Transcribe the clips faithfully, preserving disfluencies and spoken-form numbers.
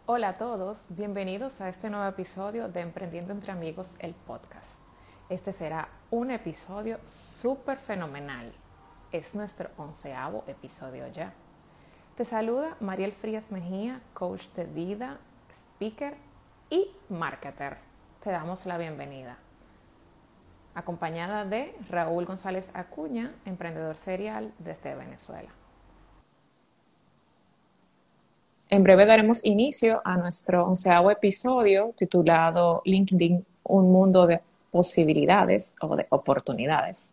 Hola a todos, bienvenidos a este nuevo episodio de Emprendiendo entre Amigos, el podcast. Este será un episodio súper fenomenal. Es nuestro onceavo episodio ya. Te saluda Mariel Frías Mejía, coach de vida, speaker y marketer. Te damos la bienvenida. Acompañada de Raúl González Acuña, emprendedor serial desde Venezuela. En breve daremos inicio a nuestro onceavo episodio titulado LinkedIn, un mundo de posibilidades o de oportunidades.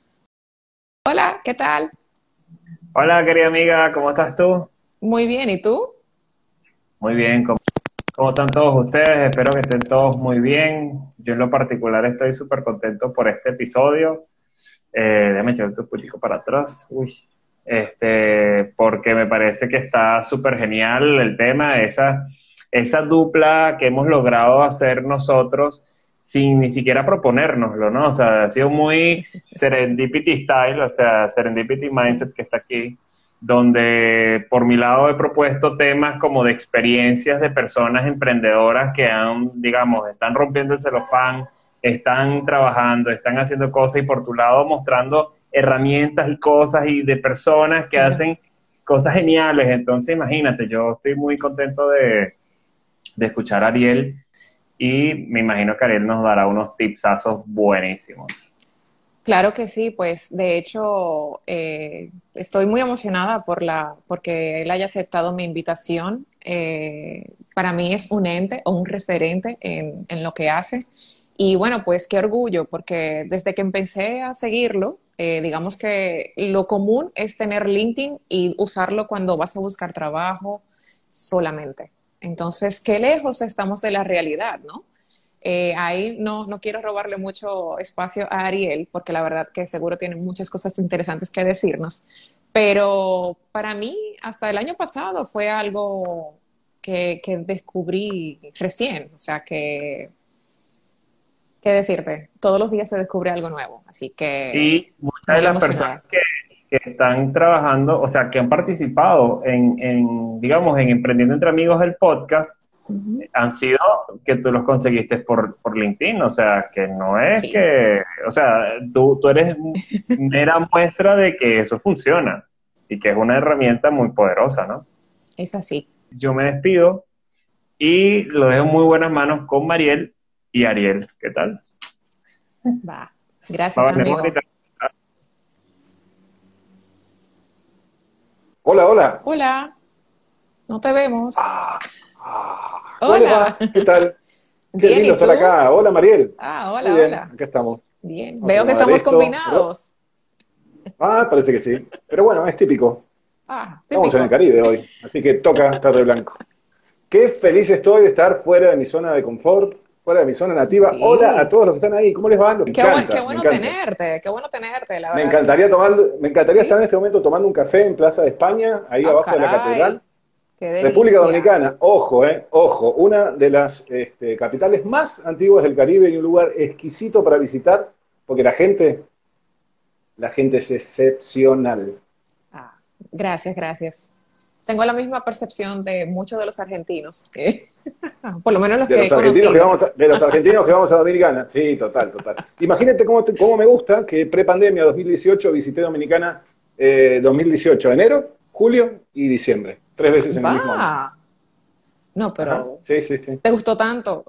Hola, ¿qué tal? Hola, querida amiga, ¿cómo estás tú? Muy bien, ¿y tú? Muy bien, ¿cómo, cómo están todos ustedes? Espero que estén todos muy bien. Yo en lo particular estoy súper contento por este episodio. Eh, déjame echar un poquitico para atrás. Uy. Este, porque me parece que está súper genial el tema, esa, esa dupla que hemos logrado hacer nosotros sin ni siquiera proponérnoslo, ¿no? O sea, ha sido muy serendipity style, o sea, serendipity Sí. mindset que está aquí, donde por mi lado he propuesto temas como de experiencias de personas emprendedoras que han, digamos, están rompiendo el celofán, están trabajando, están haciendo cosas y por tu lado mostrando herramientas y cosas y de personas que Claro. hacen cosas geniales. Entonces, imagínate, yo estoy muy contento de, de escuchar a Ariel y me imagino que Ariel nos dará unos tipsazos buenísimos. Claro que sí, pues de hecho eh, estoy muy emocionada por la, porque él haya aceptado mi invitación. Eh, para mí es un ente o un referente en, en lo que hace. Y bueno, pues qué orgullo, porque desde que empecé a seguirlo, eh, digamos que lo común es tener LinkedIn y usarlo cuando vas a buscar trabajo solamente. Entonces, qué lejos estamos de la realidad, ¿no? Eh, ahí no, no quiero robarle mucho espacio a Ariel, porque la verdad que seguro tiene muchas cosas interesantes que decirnos. Pero para mí, hasta el año pasado fue algo que, que descubrí recién. O sea, que, ¿qué decirte? Todos los días se descubre algo nuevo. Así que Y muchas de muy las personas emocionada. que, que están trabajando, o sea, que han participado en, en, digamos, en Emprendiendo entre Amigos el podcast, Ujú. han sido que tú los conseguiste por, por LinkedIn, o sea, que no es Sí, que, o sea, tú, tú eres mera muestra de que eso funciona y que es una herramienta muy poderosa, ¿no? es así. Yo me despido y lo dejo en muy buenas manos con Mariel y Ariel. ¿Qué tal? Va. Gracias, Bye, bye, amigo. bonita. Hola, hola. Hola, no te vemos. Ah, ah, ¿cómo les Hola. va? ¿Qué tal? Qué Bien, lindo ¿y estar tú? acá. Hola, Mariel. Ah, Muy hola, bien, hola. acá estamos. Bien, Vamos a veo que acomodar estamos esto. Pero- combinados. Ah, parece que sí. Pero bueno, es típico. Ah, Estamos en el típico. Caribe hoy, así que toca estar de blanco. Qué feliz estoy de estar fuera de mi zona de confort, fuera de mi zona nativa. Hola a Sí. todos los que están ahí. ¿Cómo les va? Me Qué, buen- qué encanta, me bueno encanta. tenerte, qué bueno tenerte, la Me verdad encantaría que tomar, me encantaría estar en sí. este momento tomando un café en Plaza de España, ahí Ah, abajo de la catedral. caray, qué República delicia. Dominicana, ojo, eh, ojo, una de las este, capitales más antiguas del Caribe y un lugar exquisito para visitar, porque la gente, la gente es excepcional. Ah, gracias, gracias. Tengo la misma percepción de muchos de los argentinos, que, por lo menos los De que he los argentinos que conocido. vamos a, de los argentinos que vamos a Dominicana. Sí, total, total. Imagínate cómo, te- cómo me gusta que pre-pandemia dos mil dieciocho visité Dominicana eh, dos mil dieciocho, enero, julio y diciembre. Tres veces en el mismo año. Va. No, Ajá, pero sí, sí, sí. te gustó tanto.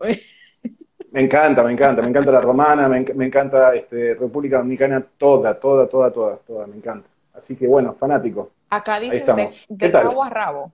Me encanta, me encanta, me encanta la romana, me, enc- me encanta este, República Dominicana, toda, toda, toda, toda, toda, me encanta. Así que bueno, fanático, Acá ahí dicen de, estamos. ¿Qué de tal? cabo a rabo.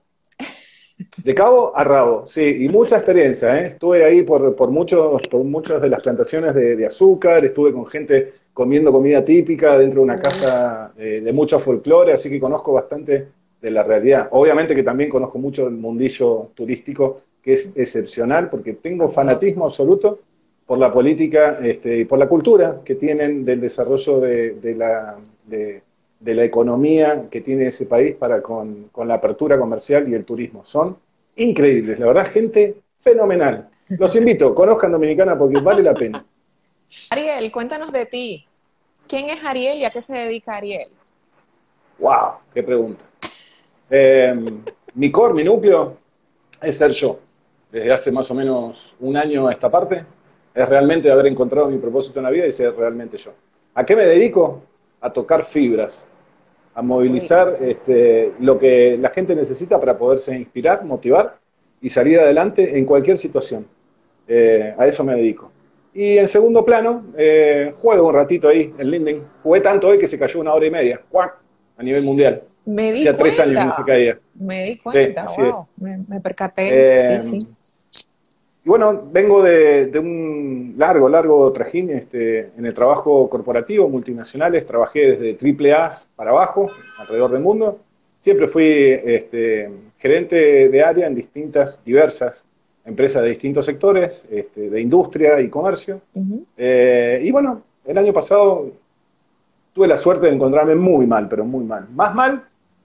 De cabo a rabo, sí, y mucha experiencia, ¿eh? Estuve ahí por, por, muchos, por muchas de las plantaciones de, de azúcar, estuve con gente comiendo comida típica dentro de una Uf, casa eh, de mucho folclore, así que conozco bastante de la realidad. Obviamente que también conozco mucho del mundillo turístico, que es excepcional, porque tengo fabuloso. fanatismo absoluto por la política este, y por la cultura que tienen del desarrollo de, de la, de, de la economía que tiene ese país para con, con la apertura comercial y el turismo. Son increíbles, la verdad, gente fenomenal. Los invito, conozcan Dominicana porque vale la pena. Ariel, cuéntanos de ti. ¿Quién es Ariel y a qué se dedica Ariel? ¡Wow! ¡Qué pregunta! Eh, mi core, mi núcleo, es ser yo. desde hace más o menos un año a esta parte, es realmente haber encontrado mi propósito en la vida y ser realmente yo. ¿A qué me dedico? A tocar fibras, a movilizar este, lo que la gente necesita para poderse inspirar, motivar y salir adelante en cualquier situación. Eh, a eso me dedico. Y en segundo plano, eh, juego un ratito ahí en LinkedIn. Jugué tanto hoy que se cayó una hora y media, ¡cuac!, a nivel mundial. Me di Hacía cuenta. tres años que no se caía. Me di cuenta, sí, wow. Me, me percaté. Eh, sí, sí. Y bueno, vengo de, de un largo, largo trajín este, en el trabajo corporativo, multinacionales. Trabajé desde triple A para abajo, alrededor del mundo. Siempre fui este, gerente de área en distintas, diversas empresas de distintos sectores, este, de industria y comercio. Uh-huh. eh, y bueno, el año pasado tuve la suerte de encontrarme muy mal, pero muy mal. Más mal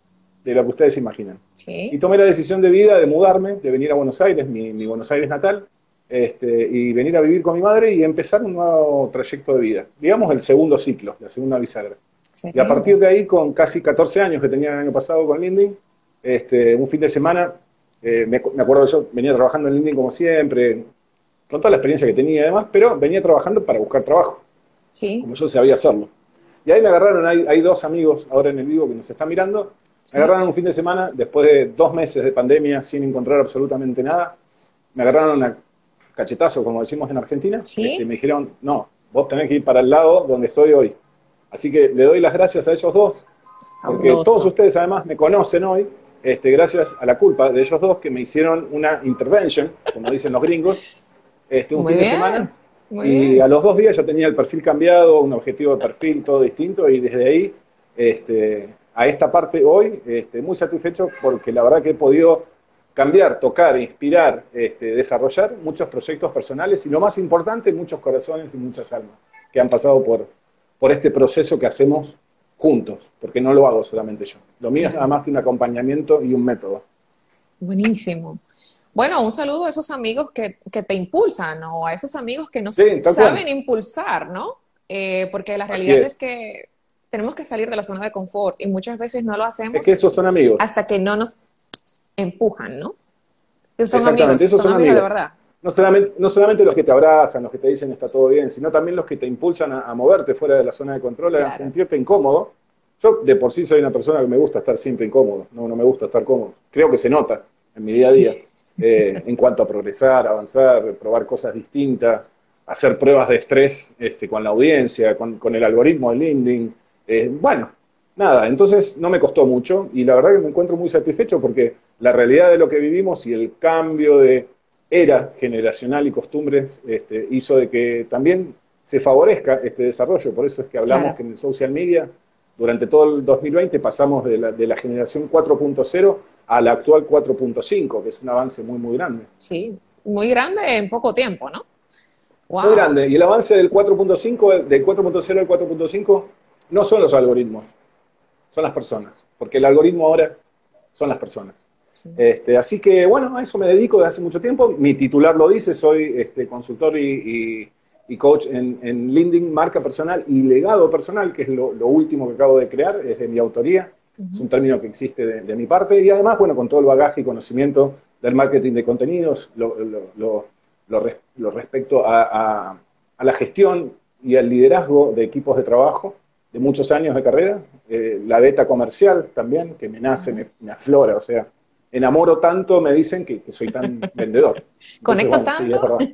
de lo que ustedes imaginan. Sí. Y tomé la decisión de vida de mudarme, de venir a Buenos Aires, mi, mi Buenos Aires natal, este, y venir a vivir con mi madre y empezar un nuevo trayecto de vida. Digamos el segundo ciclo, la segunda bisagra. Sí. Y a partir de ahí, con casi catorce años que tenía el año pasado con LinkedIn, este, un fin de semana, eh, me, me acuerdo que yo venía trabajando en LinkedIn como siempre, con toda la experiencia que tenía y demás, pero venía trabajando para buscar trabajo, sí. como yo sabía hacerlo. Y ahí me agarraron, hay, hay dos amigos ahora en el vivo que nos están mirando. Sí. Me agarraron un fin de semana, después de dos meses de pandemia, sin encontrar absolutamente nada. Me agarraron a cachetazo, como decimos en Argentina. ¿Sí? Este, me dijeron, no, vos tenés que ir para el lado donde estoy hoy. Así que le doy las gracias a ellos dos, porque Fabuloso. Todos ustedes además me conocen hoy, este, gracias a la culpa de ellos dos que me hicieron una intervention, como dicen los gringos, este, un Muy fin bien. de semana. Muy y bien. A los dos días yo tenía el perfil cambiado, un objetivo de perfil, todo distinto, y desde ahí... Este, a esta parte hoy, este, muy satisfecho porque la verdad que he podido cambiar, tocar, inspirar, este, desarrollar muchos proyectos personales y lo más importante, muchos corazones y muchas almas que han pasado por, por este proceso que hacemos juntos, porque no lo hago solamente yo. Lo mío es nada más que un acompañamiento y un método. Buenísimo. Bueno, un saludo a esos amigos que, que te impulsan o a esos amigos que nos sí, saben impulsar, ¿no? Eh, porque la realidad es. es que tenemos que salir de la zona de confort y muchas veces no lo hacemos. Es que esos son amigos. Hasta que no nos empujan, ¿no? Que son Exactamente, amigos, esos son, son amigos, amigos de verdad. No solamente, no solamente los que te abrazan, los que te dicen está todo bien, sino también los que te impulsan a, a moverte fuera de la zona de control, claro. A sentirte incómodo. Yo de por sí soy una persona que me gusta estar siempre incómodo, no, no me gusta estar cómodo. Creo que se nota en mi día a día, eh, en cuanto a progresar, avanzar, probar cosas distintas, hacer pruebas de estrés este, con la audiencia, con, con el algoritmo de LinkedIn. Eh, bueno, nada, entonces no me costó mucho y la verdad que me encuentro muy satisfecho porque la realidad de lo que vivimos y el cambio de era generacional y costumbres este, hizo de que también se favorezca este desarrollo. Por eso es que hablamos claro. que en el social media, durante todo el dos mil veinte, pasamos de la, de la generación cuatro punto cero a la actual cuatro punto cinco, que es un avance muy, muy grande. Sí, muy grande en poco tiempo, ¿no? Wow. Muy grande. Y el avance del cuatro punto cinco, del cuatro punto cero al cuatro punto cinco, no son los algoritmos, son las personas. Porque el algoritmo ahora son las personas. Sí. Este, así que, bueno, a eso me dedico desde hace mucho tiempo. Mi titular lo dice, soy este, consultor y, y, y coach en, en LinkedIn, marca personal y legado personal, que es lo, lo último que acabo de crear, es de mi autoría. Uh-huh. Es un término que existe de, de mi parte. Y además, bueno, con todo el bagaje y conocimiento del marketing de contenidos, lo, lo, lo, lo, res, lo respecto a, a, a la gestión y al liderazgo de equipos de trabajo de muchos años de carrera. Eh, la beta comercial también, que me nace, uh-huh. me, me aflora, o sea... enamoro tanto, me dicen, que, que soy tan vendedor. ¿Conecta Entonces, bueno, tanto?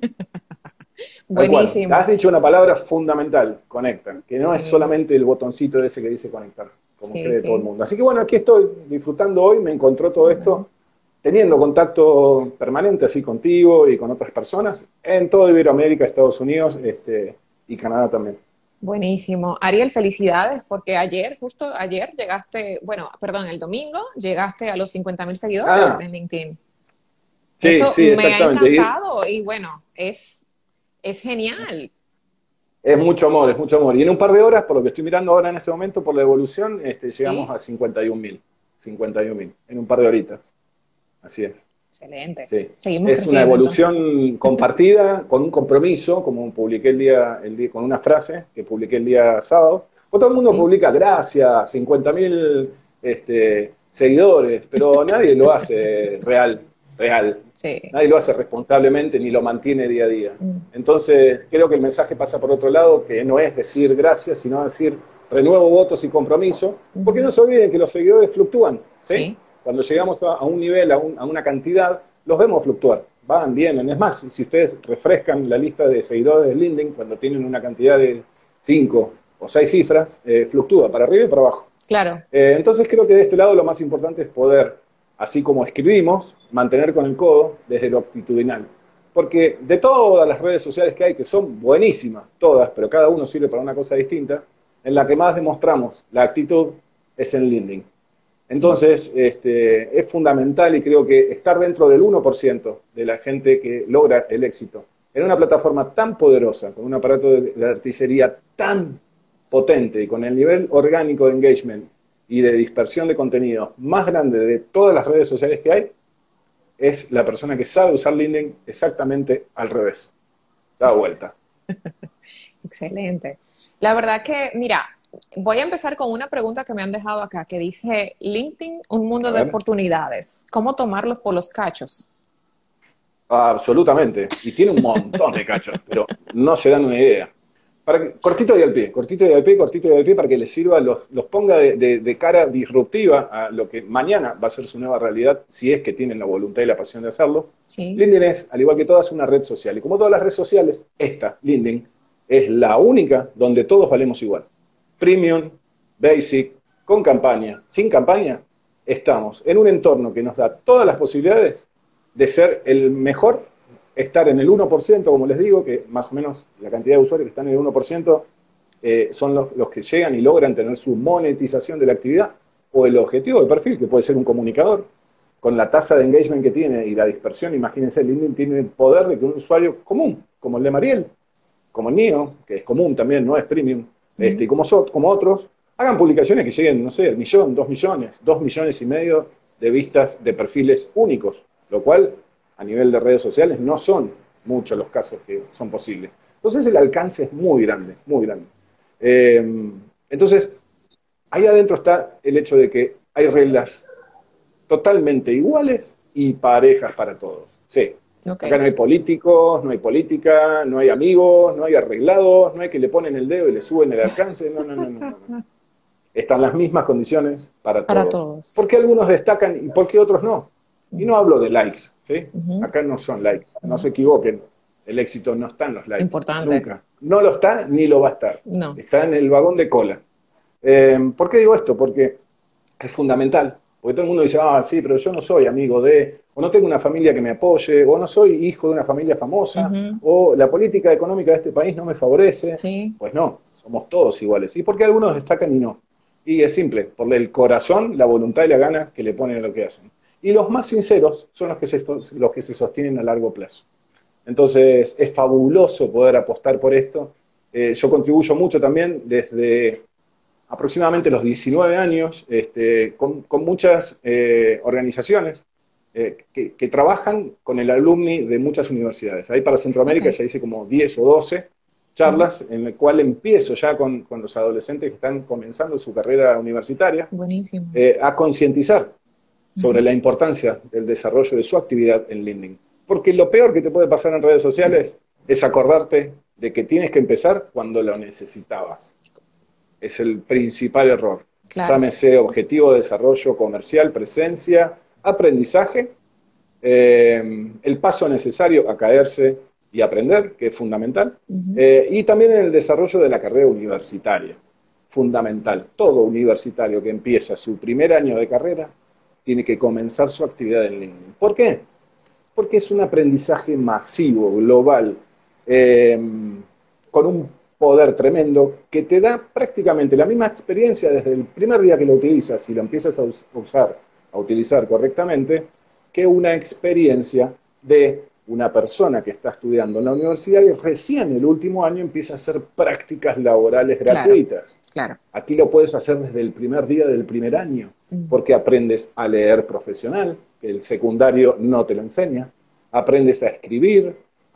Sí, buenísimo. Has dicho una palabra fundamental, conecta, que no sí. es solamente el botoncito ese que dice conectar, como sí, cree sí. todo el mundo. Así que bueno, aquí estoy disfrutando hoy, me encontró todo esto, uh-huh. teniendo contacto permanente así contigo y con otras personas, en toda Iberoamérica, Estados Unidos este, y Canadá también. Buenísimo. Ariel, felicidades, porque ayer, justo ayer, llegaste, bueno, perdón, el domingo, llegaste a los cincuenta mil seguidores ah. en LinkedIn. Sí, Eso sí, me ha encantado y bueno, es, es genial. Es mucho amor, es mucho amor. Y en un par de horas, por lo que estoy mirando ahora en este momento, por la evolución, este, llegamos ¿Sí? a cincuenta y un mil. cincuenta y un mil, en un par de horitas. Así es. Excelente. Sí. Seguimos es una evolución entonces. compartida, con un compromiso, como publiqué el día, el día, con una frase que publiqué el día sábado. O todo el mundo sí. publica gracias, cincuenta mil este, seguidores, pero nadie lo hace real. real. Sí. Nadie lo hace responsablemente ni lo mantiene día a día. Mm. Entonces, creo que el mensaje pasa por otro lado, que no es decir gracias, sino decir renuevo votos y compromiso, porque no se olviden que los seguidores fluctúan, ¿sí? Sí. Cuando llegamos a, a un nivel, a, un, a una cantidad, los vemos fluctuar, van, vienen. Es más, si ustedes refrescan la lista de seguidores de LinkedIn, cuando tienen una cantidad de cinco o seis cifras, eh, fluctúa para arriba y para abajo. Claro. Eh, entonces creo que de este lado lo más importante es poder, así como escribimos, mantener con el codo desde lo actitudinal. Porque de todas las redes sociales que hay, que son buenísimas, todas, pero cada uno sirve para una cosa distinta, en la que más demostramos la actitud es en LinkedIn. Entonces, este, es fundamental y creo que estar dentro del uno por ciento de la gente que logra el éxito en una plataforma tan poderosa, con un aparato de, de artillería tan potente y con el nivel orgánico de engagement y de dispersión de contenido más grande de todas las redes sociales que hay, es la persona que sabe usar LinkedIn exactamente al revés. Da vuelta. Excelente. La verdad que, mira, voy a empezar con una pregunta que me han dejado acá, que dice, LinkedIn, un mundo de oportunidades. ¿Cómo tomarlos por los cachos? Absolutamente. Y tiene un montón de cachos, pero no se dan una idea. Para que, cortito y al pie, cortito y al pie, cortito y al pie, para que les sirva, los, los ponga de, de, de cara disruptiva a lo que mañana va a ser su nueva realidad, si es que tienen la voluntad y la pasión de hacerlo. Sí. LinkedIn es, al igual que todas, una red social. Y como todas las redes sociales, esta, LinkedIn, es la única donde todos valemos igual. Premium, Basic, con campaña, sin campaña, estamos en un entorno que nos da todas las posibilidades de ser el mejor, estar en el uno por ciento, como les digo, que más o menos la cantidad de usuarios que están en el uno por ciento eh, son los, los que llegan y logran tener su monetización de la actividad, o el objetivo del perfil, que puede ser un comunicador, con la tasa de engagement que tiene y la dispersión. Imagínense, LinkedIn tiene el poder de que un usuario común, como el de Mariel, como el mío, que es común también, no es premium, uh-huh. este, y como, so, como otros, hagan publicaciones que lleguen, no sé, el millón, dos millones, dos millones y medio de vistas de perfiles únicos, lo cual a nivel de redes sociales no son muchos los casos que son posibles. Entonces el alcance es muy grande, muy grande. Eh, entonces, ahí adentro está el hecho de que hay reglas totalmente iguales y parejas para todos. Sí. Okay. Acá no hay políticos, no hay política, no hay amigos, no hay arreglados, no hay que le ponen el dedo y le suben el alcance. No, no, no, no. no, no. Están las mismas condiciones para todos. Para todos. ¿Por qué algunos destacan y por qué otros no? Y no hablo de likes, ¿sí? Uh-huh. Acá no son likes, no uh-huh. se equivoquen. El éxito no está en los likes. Importante. Nunca. No lo está ni lo va a estar. No. Está en el vagón de cola. Eh, ¿Por qué digo esto? Porque es fundamental. Porque todo el mundo dice, ah, sí, pero yo no soy amigo de, o no tengo una familia que me apoye, o no soy hijo de una familia famosa, uh-huh. o la política económica de este país no me favorece. Sí. Pues no, somos todos iguales. ¿Y por qué algunos destacan y no? Y es simple, por el corazón, la voluntad y la gana que le ponen a lo que hacen. Y los más sinceros son los que se, los que se sostienen a largo plazo. Entonces, es fabuloso poder apostar por esto. Eh, yo contribuyo mucho también desde aproximadamente los diecinueve años, este, con, con muchas eh, organizaciones eh, que, que trabajan con el alumni de muchas universidades. Ahí para Centroamérica okay. ya hice como diez o doce charlas, uh-huh. en el cual empiezo ya con, con los adolescentes que están comenzando su carrera universitaria. Buenísimo. Eh, a concientizar sobre uh-huh. la importancia del desarrollo de su actividad en LinkedIn. Porque lo peor que te puede pasar en redes sociales uh-huh. es acordarte de que tienes que empezar cuando lo necesitabas. Es el principal error. Claro. Llámese objetivo de desarrollo comercial, presencia, aprendizaje, eh, el paso necesario a caerse y aprender, que es fundamental, uh-huh. eh, y también en el desarrollo de la carrera universitaria, fundamental. Todo universitario que empieza su primer año de carrera tiene que comenzar su actividad en LinkedIn. ¿Por qué? Porque es un aprendizaje masivo, global, eh, con un poder tremendo que te da prácticamente la misma experiencia desde el primer día que lo utilizas y lo empiezas a usar, a utilizar correctamente, que una experiencia de una persona que está estudiando en la universidad y recién el último año empieza a hacer prácticas laborales gratuitas. Claro, claro. Aquí lo puedes hacer desde el primer día del primer año, uh-huh. porque aprendes a leer profesional, que el secundario no te lo enseña, aprendes a escribir,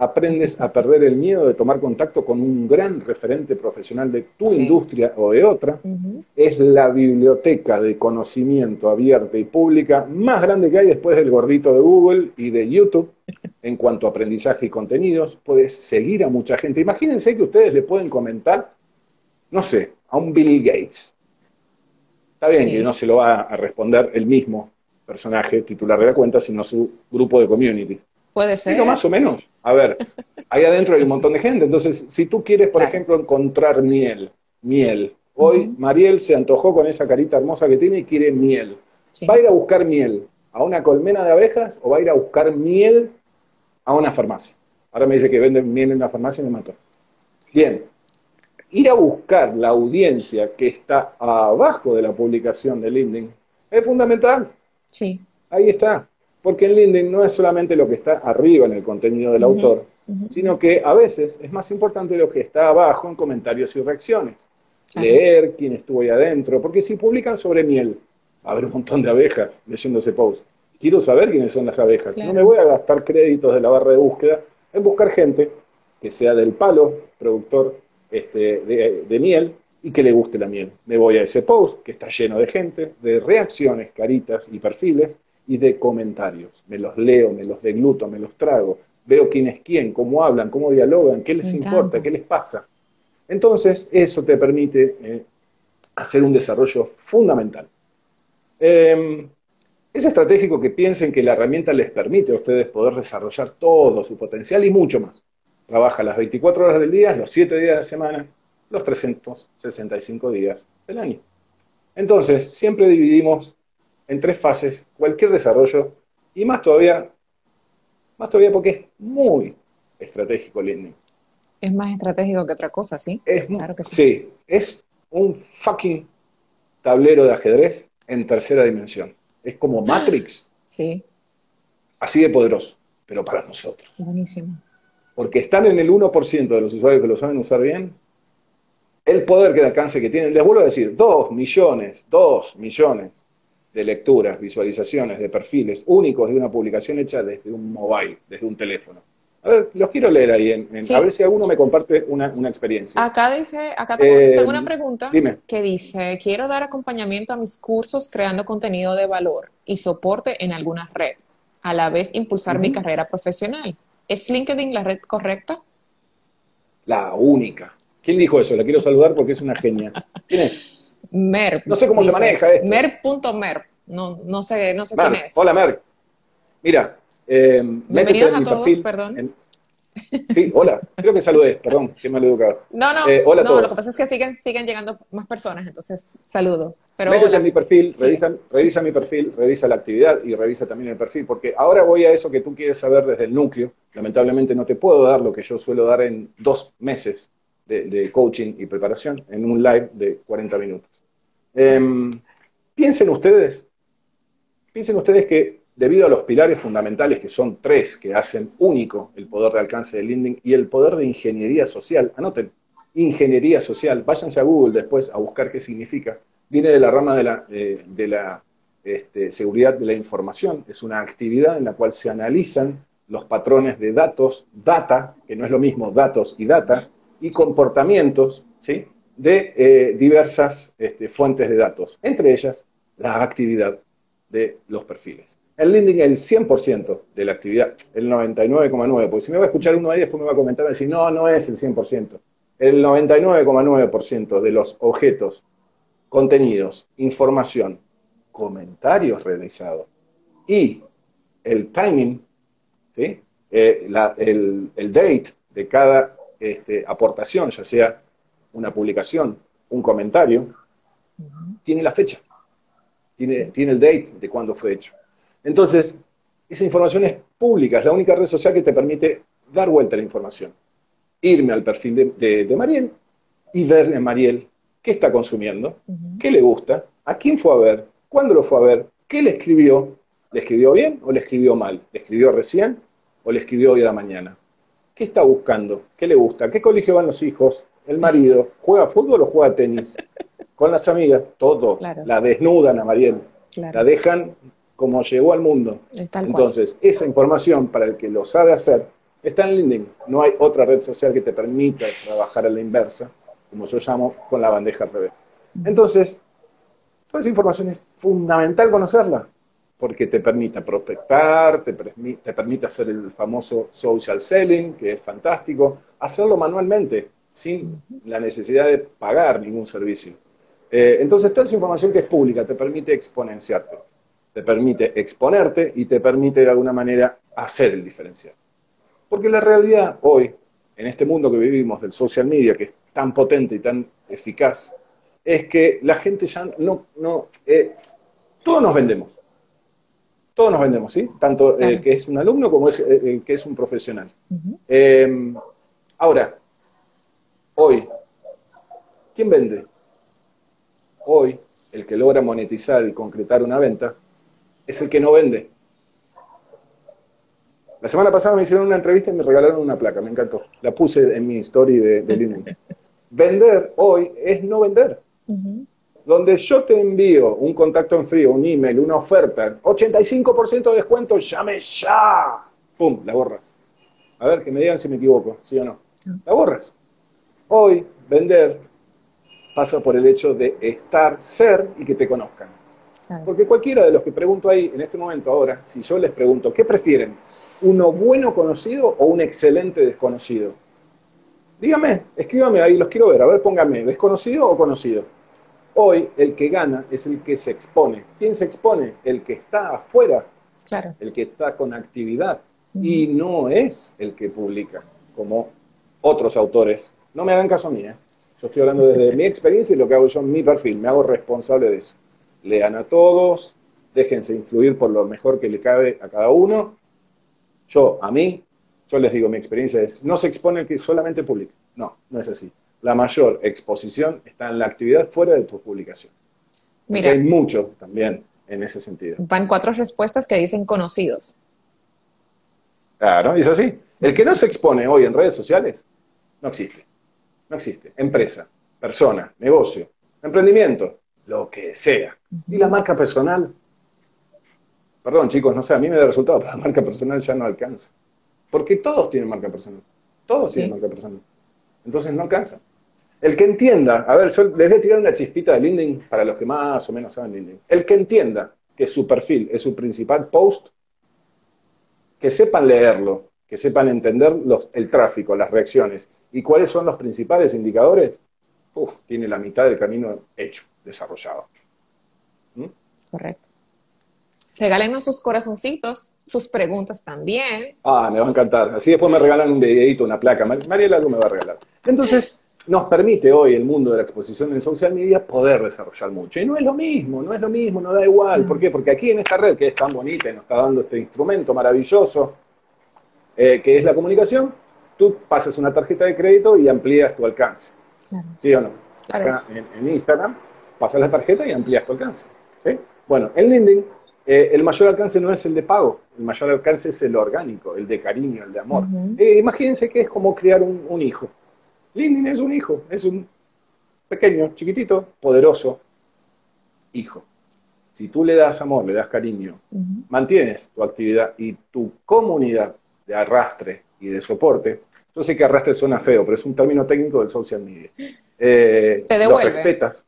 aprendes a perder el miedo de tomar contacto con un gran referente profesional de tu Sí. industria o de otra. Ujú. Es la biblioteca de conocimiento abierta y pública más grande que hay después del gordito de Google y de YouTube en cuanto a aprendizaje y contenidos. Puedes seguir a mucha gente. Imagínense que ustedes le pueden comentar, no sé, a un Bill Gates. Está bien Sí. que no se lo va a responder el mismo personaje titular de la cuenta, sino su grupo de community. Puede ser. Pero más o menos. A ver, ahí adentro hay un montón de gente. Entonces, si tú quieres, por Claro. ejemplo, encontrar miel, miel. Hoy Ujú. Mariel se antojó con esa carita hermosa que tiene y quiere miel. Sí. ¿Va a ir a buscar miel a una colmena de abejas o va a ir a buscar miel a una farmacia? Ahora me dice que venden miel en la farmacia y me mató. Bien. Ir a buscar la audiencia que está abajo de la publicación de LinkedIn es fundamental. Sí. Ahí está. Porque en LinkedIn no es solamente lo que está arriba en el contenido del Ujú, autor, ujú. sino que a veces es más importante lo que está abajo en comentarios y reacciones. Claro. Leer quién estuvo ahí adentro, porque si publican sobre miel, va a haber un montón de abejas leyendo ese post. Quiero saber quiénes son las abejas. Claro. No me voy a gastar créditos de la barra de búsqueda en buscar gente que sea del palo, productor este, de, de miel, y que le guste la miel. Me voy a ese post que está lleno de gente, de reacciones, caritas y perfiles, y de comentarios. Me los leo, me los degluto, me los trago. Veo quién es quién, cómo hablan, cómo dialogan, qué les Me importa, encanta. qué les pasa. Entonces, eso te permite eh, hacer un desarrollo fundamental. Eh, es estratégico que piensen que la herramienta les permite a ustedes poder desarrollar todo su potencial y mucho más. Trabaja las veinticuatro horas del día, los siete días de la semana, los trescientos sesenta y cinco días del año. Entonces, siempre dividimos en tres fases cualquier desarrollo y más todavía, más todavía porque es muy estratégico LinkedIn. Es más estratégico que otra cosa, ¿sí? Es, Claro que sí. sí, es un fucking tablero de ajedrez en tercera dimensión. Es como Matrix, Sí, así de poderoso, pero para nosotros. buenísimo. Porque están en el uno por ciento de los usuarios que lo saben usar bien, el poder que de alcance que tienen, les vuelvo a decir, dos millones, dos millones de lecturas, visualizaciones, de perfiles únicos de una publicación hecha desde un mobile, desde un teléfono. A ver, los quiero leer ahí, en, en, Sí. a ver si alguno me comparte una, una experiencia. Acá dice, acá tengo, Eh, tengo una pregunta dime. que dice, quiero dar acompañamiento a mis cursos creando contenido de valor y soporte en alguna red, a la vez impulsar mi Ujú. carrera profesional. ¿Es LinkedIn la red correcta? La única. ¿Quién dijo eso? La quiero saludar porque es una genia. ¿Quién es? Merp. No sé cómo se dice, maneja esto. Merp.merp. No, no sé, no sé Merck. quién es. Hola, Merck. Mira, eh, métete Bienvenidos en a mi todos, perfil. perdón. En- Sí, hola. Creo que saludé, perdón, qué mal educado. No, no, Eh, hola a no, todos. lo que pasa es que siguen, siguen llegando más personas, entonces saludo. Pero Métete hola. en mi perfil, Sí. revisa, revisa mi perfil, revisa la actividad y revisa también el perfil, porque ahora voy a eso que tú quieres saber desde el núcleo. Lamentablemente no te puedo dar lo que yo suelo dar en dos meses de, de coaching y preparación en un live de cuarenta minutos. Eh, piensen ustedes, piensen ustedes que debido a los pilares fundamentales, que son tres, que hacen único el poder de alcance de LinkedIn y el poder de ingeniería social, anoten, ingeniería social, váyanse a Google después a buscar qué significa, viene de la rama de la, eh, de la este, seguridad de la información, es una actividad en la cual se analizan los patrones de datos, data, que no es lo mismo datos y data, y comportamientos, ¿sí?, de eh, diversas este, fuentes de datos, entre ellas la actividad de los perfiles. En LinkedIn el cien por ciento de la actividad, el noventa y nueve coma nueve por ciento, porque si me va a escuchar uno ahí, después me va a comentar y decir, no, no es el cien por ciento. El noventa y nueve coma nueve por ciento de los objetos, contenidos, información, comentarios realizados y el timing, ¿sí?, eh, la, el, el date de cada este, aportación, ya sea una publicación, un comentario, uh-huh. tiene la fecha, tiene, sí. tiene el date de cuándo fue hecho. Entonces, esa información es pública, es la única red social que te permite dar vuelta a la información. Irme al perfil de, de, de Mariel y ver en Mariel qué está consumiendo, uh-huh. qué le gusta, a quién fue a ver, cuándo lo fue a ver, qué le escribió, ¿le escribió bien o le escribió mal? ¿Le escribió recién o le escribió hoy a la mañana? ¿Qué está buscando? ¿Qué le gusta? ¿Qué colegio van los hijos? ¿El marido? ¿Juega fútbol o juega tenis? Con las amigas, todo. Claro. La desnudan a Mariel. Claro. La dejan como llegó al mundo. Entonces, esa información, para el que lo sabe hacer, Está en LinkedIn. No hay otra red social que te permita trabajar a la inversa, como yo llamo, con la bandeja al revés. Entonces, toda esa información es fundamental conocerla, porque te permite prospectar, te, permi te permite hacer el famoso social selling, que es fantástico, hacerlo manualmente, sin la necesidad de pagar ningún servicio. Eh, entonces, toda esa información que es pública te permite exponenciarte, te permite exponerte y te permite de alguna manera hacer el diferencial. Porque la realidad hoy, en este mundo que vivimos del social media, que es tan potente y tan eficaz, es que la gente ya no, no eh, todos nos vendemos, todos nos vendemos, ¿sí? Tanto el eh, que es un alumno como el eh, que es un profesional. Uh-huh. eh, ahora, hoy, ¿quién vende? Hoy, el que logra monetizar y concretar una venta es el que no vende. La semana pasada me hicieron una entrevista y me regalaron una placa, me encantó. La puse en mi story de, de LinkedIn. Vender hoy es no vender. Uh-huh. Donde yo te envío un contacto en frío, un email, una oferta, ochenta y cinco por ciento de descuento, llame ya. ¡Pum! La borras. A ver, que me digan si me equivoco, ¿sí o no? La borras. Hoy, vender pasa por el hecho de estar, ser y que te conozcan. Porque cualquiera de los que pregunto ahí en este momento ahora, si yo les pregunto, ¿qué prefieren? ¿Uno bueno conocido o un excelente desconocido? Dígame, escríbame ahí, los quiero ver. A ver, póngame, ¿desconocido o conocido? Hoy, el que gana es el que se expone. ¿Quién se expone? El que está afuera. Claro. El que está con actividad. Uh-huh. Y no es el que publica, como otros autores. No me hagan caso a mí, ¿eh? Yo estoy hablando desde mi experiencia y lo que hago yo en mi perfil. Me hago responsable de eso. Lean a todos, déjense influir por lo mejor que le cabe a cada uno. Yo, a mí, yo les digo, mi experiencia es, no se expone el que solamente publica. No, no es así. La mayor exposición está en la actividad fuera de tu publicación. Mira, hay mucho también en ese sentido. Van cuatro respuestas que dicen conocidos. Claro, es así. El que no se expone hoy en redes sociales, no existe. No existe. Empresa, persona, negocio, emprendimiento, lo que sea. Y la marca personal, perdón chicos, no sé, a mí me da resultado, pero la marca personal ya no alcanza. Porque todos tienen marca personal. Todos sí. tienen marca personal. Entonces no alcanza. El que entienda, a ver, yo les voy a tirar una chispita de LinkedIn para los que más o menos saben LinkedIn. El que entienda que su perfil es su principal post, que sepan leerlo, que sepan entender los, el tráfico, las reacciones y cuáles son los principales indicadores, uf, tiene la mitad del camino hecho, desarrollado. ¿Mm? Correcto. Regálenos sus corazoncitos, sus preguntas también. Ah, me va a encantar. Así después me regalan un videito, una placa. Mariela algo me va a regalar. Entonces, nos permite hoy el mundo de la exposición en social media poder desarrollar mucho. Y no es lo mismo, no es lo mismo, no da igual. ¿Por qué? Porque aquí en esta red, que es tan bonita y nos está dando este instrumento maravilloso, eh, que es la comunicación, tú pasas una tarjeta de crédito y amplías tu alcance. Claro. ¿Sí o no? Claro. Acá en, en Instagram, pasas la tarjeta y amplías tu alcance. ¿Sí? Bueno, en LinkedIn, Eh, el mayor alcance no es el de pago, el mayor alcance es el orgánico, el de cariño, el de amor. Uh-huh. eh, imagínense que es como criar un, un hijo. LinkedIn es un hijo, es un pequeño, chiquitito, poderoso hijo. Si tú le das amor, le das cariño, uh-huh. mantienes tu actividad y tu comunidad de arrastre y de soporte. Yo sé que arrastre suena feo, pero es un término técnico del social media. Eh, te devuelve. Los respetas,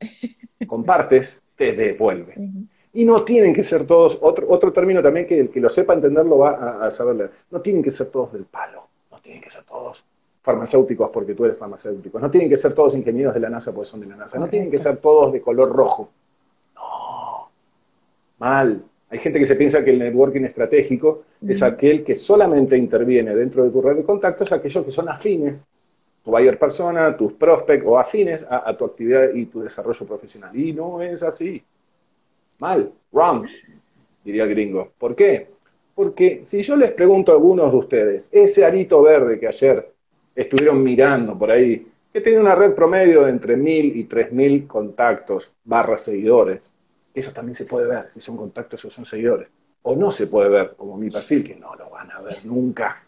compartes, te devuelve. Uh-huh. Y no tienen que ser todos, otro, otro término también que el que lo sepa entender lo va a, a saber leer, no tienen que ser todos del palo, no tienen que ser todos farmacéuticos porque tú eres farmacéutico, no tienen que ser todos ingenieros de la NASA porque son de la NASA, no tienen que ser todos de color rojo. No, mal. Hay gente que se piensa que el networking estratégico mm. es aquel que solamente interviene dentro de tu red de contactos, aquellos que son afines, tu buyer persona, tus prospects o afines a, a tu actividad y tu desarrollo profesional. Y no es así. Mal, wrong, diría el gringo. ¿Por qué? Porque si yo les pregunto a algunos de ustedes, ese arito verde que ayer estuvieron mirando por ahí, que tiene una red promedio de entre mil y tres mil contactos barra seguidores, eso también se puede ver si son contactos o son seguidores. O no se puede ver, como mi perfil, que no lo van a ver nunca.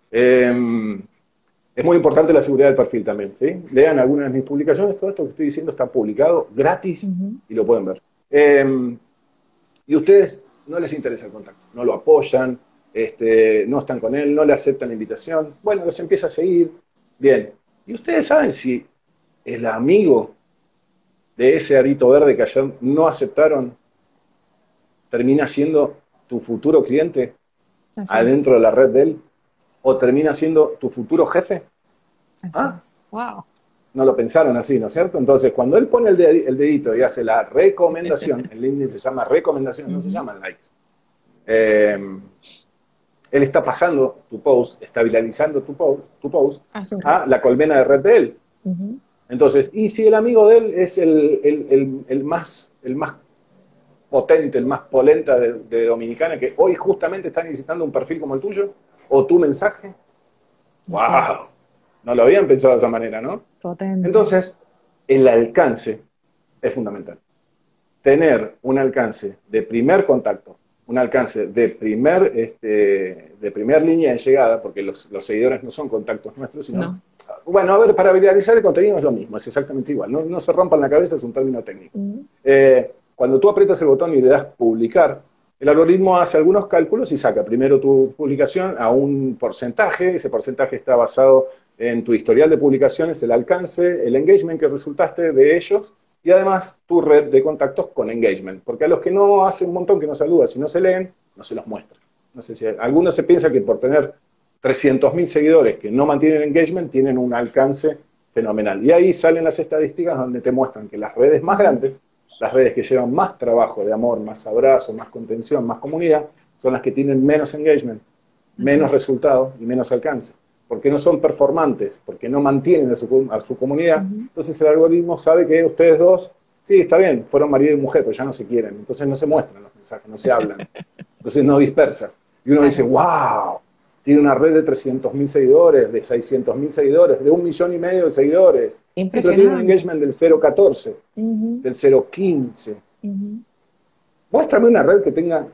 Eh, es muy importante la seguridad del perfil también, ¿sí? Lean algunas de mis publicaciones, todo esto que estoy diciendo está publicado gratis uh-huh. y lo pueden ver. Eh, y a ustedes no les interesa el contacto, no lo apoyan, este, no están con él, no le aceptan la invitación. Bueno, los empieza a seguir. Bien. ¿Y ustedes saben si el amigo de ese arito verde que ayer no aceptaron termina siendo tu futuro cliente Así adentro es. de la red de él? ¿O termina siendo tu futuro jefe? Así ¿Ah? es. Wow. No lo pensaron así, ¿no es cierto? Entonces, cuando él pone el, de- el dedito y hace la recomendación, en LinkedIn se llama recomendación, no se Ujú. llaman likes. Eh, él está pasando tu post, está viralizando tu post, tu post Hace un red. a la colmena de red de él. Ujú. Entonces, y si el amigo de él es el, el, el, el más, el más potente, el más polenta de, de Dominicana, que hoy justamente está necesitando un perfil como el tuyo, o tu mensaje, Así ¡wow! es. No lo habían pensado de esa manera, ¿no? Potente. Entonces, el alcance es fundamental. Tener un alcance de primer contacto, un alcance de primer, este, de primer línea de llegada, porque los, los seguidores no son contactos nuestros, sino, No. bueno, a ver, para viralizar el contenido es lo mismo, es exactamente igual, no, no se rompan la cabeza, es un término técnico. Ujú. Eh, cuando tú aprietas el botón y le das publicar, el algoritmo hace algunos cálculos y saca primero tu publicación a un porcentaje, ese porcentaje está basado en tu historial de publicaciones, el alcance, el engagement que resultaste de ellos, y además tu red de contactos con engagement. Porque a los que no hace un montón que no saludan, si no se leen, no se los muestra. No sé si hay- algunos se piensa que por tener trescientos mil seguidores que no mantienen engagement, tienen un alcance fenomenal. Y ahí salen las estadísticas donde te muestran que las redes más Ujú. grandes, las redes que llevan más trabajo de amor, más abrazo, más contención, más comunidad, son las que tienen menos engagement, Así menos es. resultados y menos alcance. Porque no son performantes, porque no mantienen a su, a su comunidad. Ujú. Entonces el algoritmo sabe que ustedes dos, sí, está bien, fueron marido y mujer, pero ya no se quieren. Entonces no se muestran los mensajes, no se hablan. Entonces no dispersa. Y uno dice, Claro. wow, tiene una red de trescientos mil seguidores, de seiscientos mil seguidores, de un millón y medio de seguidores. Sí, pero tiene un Impresionante. engagement del cero coma catorce, Ujú. del cero coma quince. Ujú. Muéstrame una red que tenga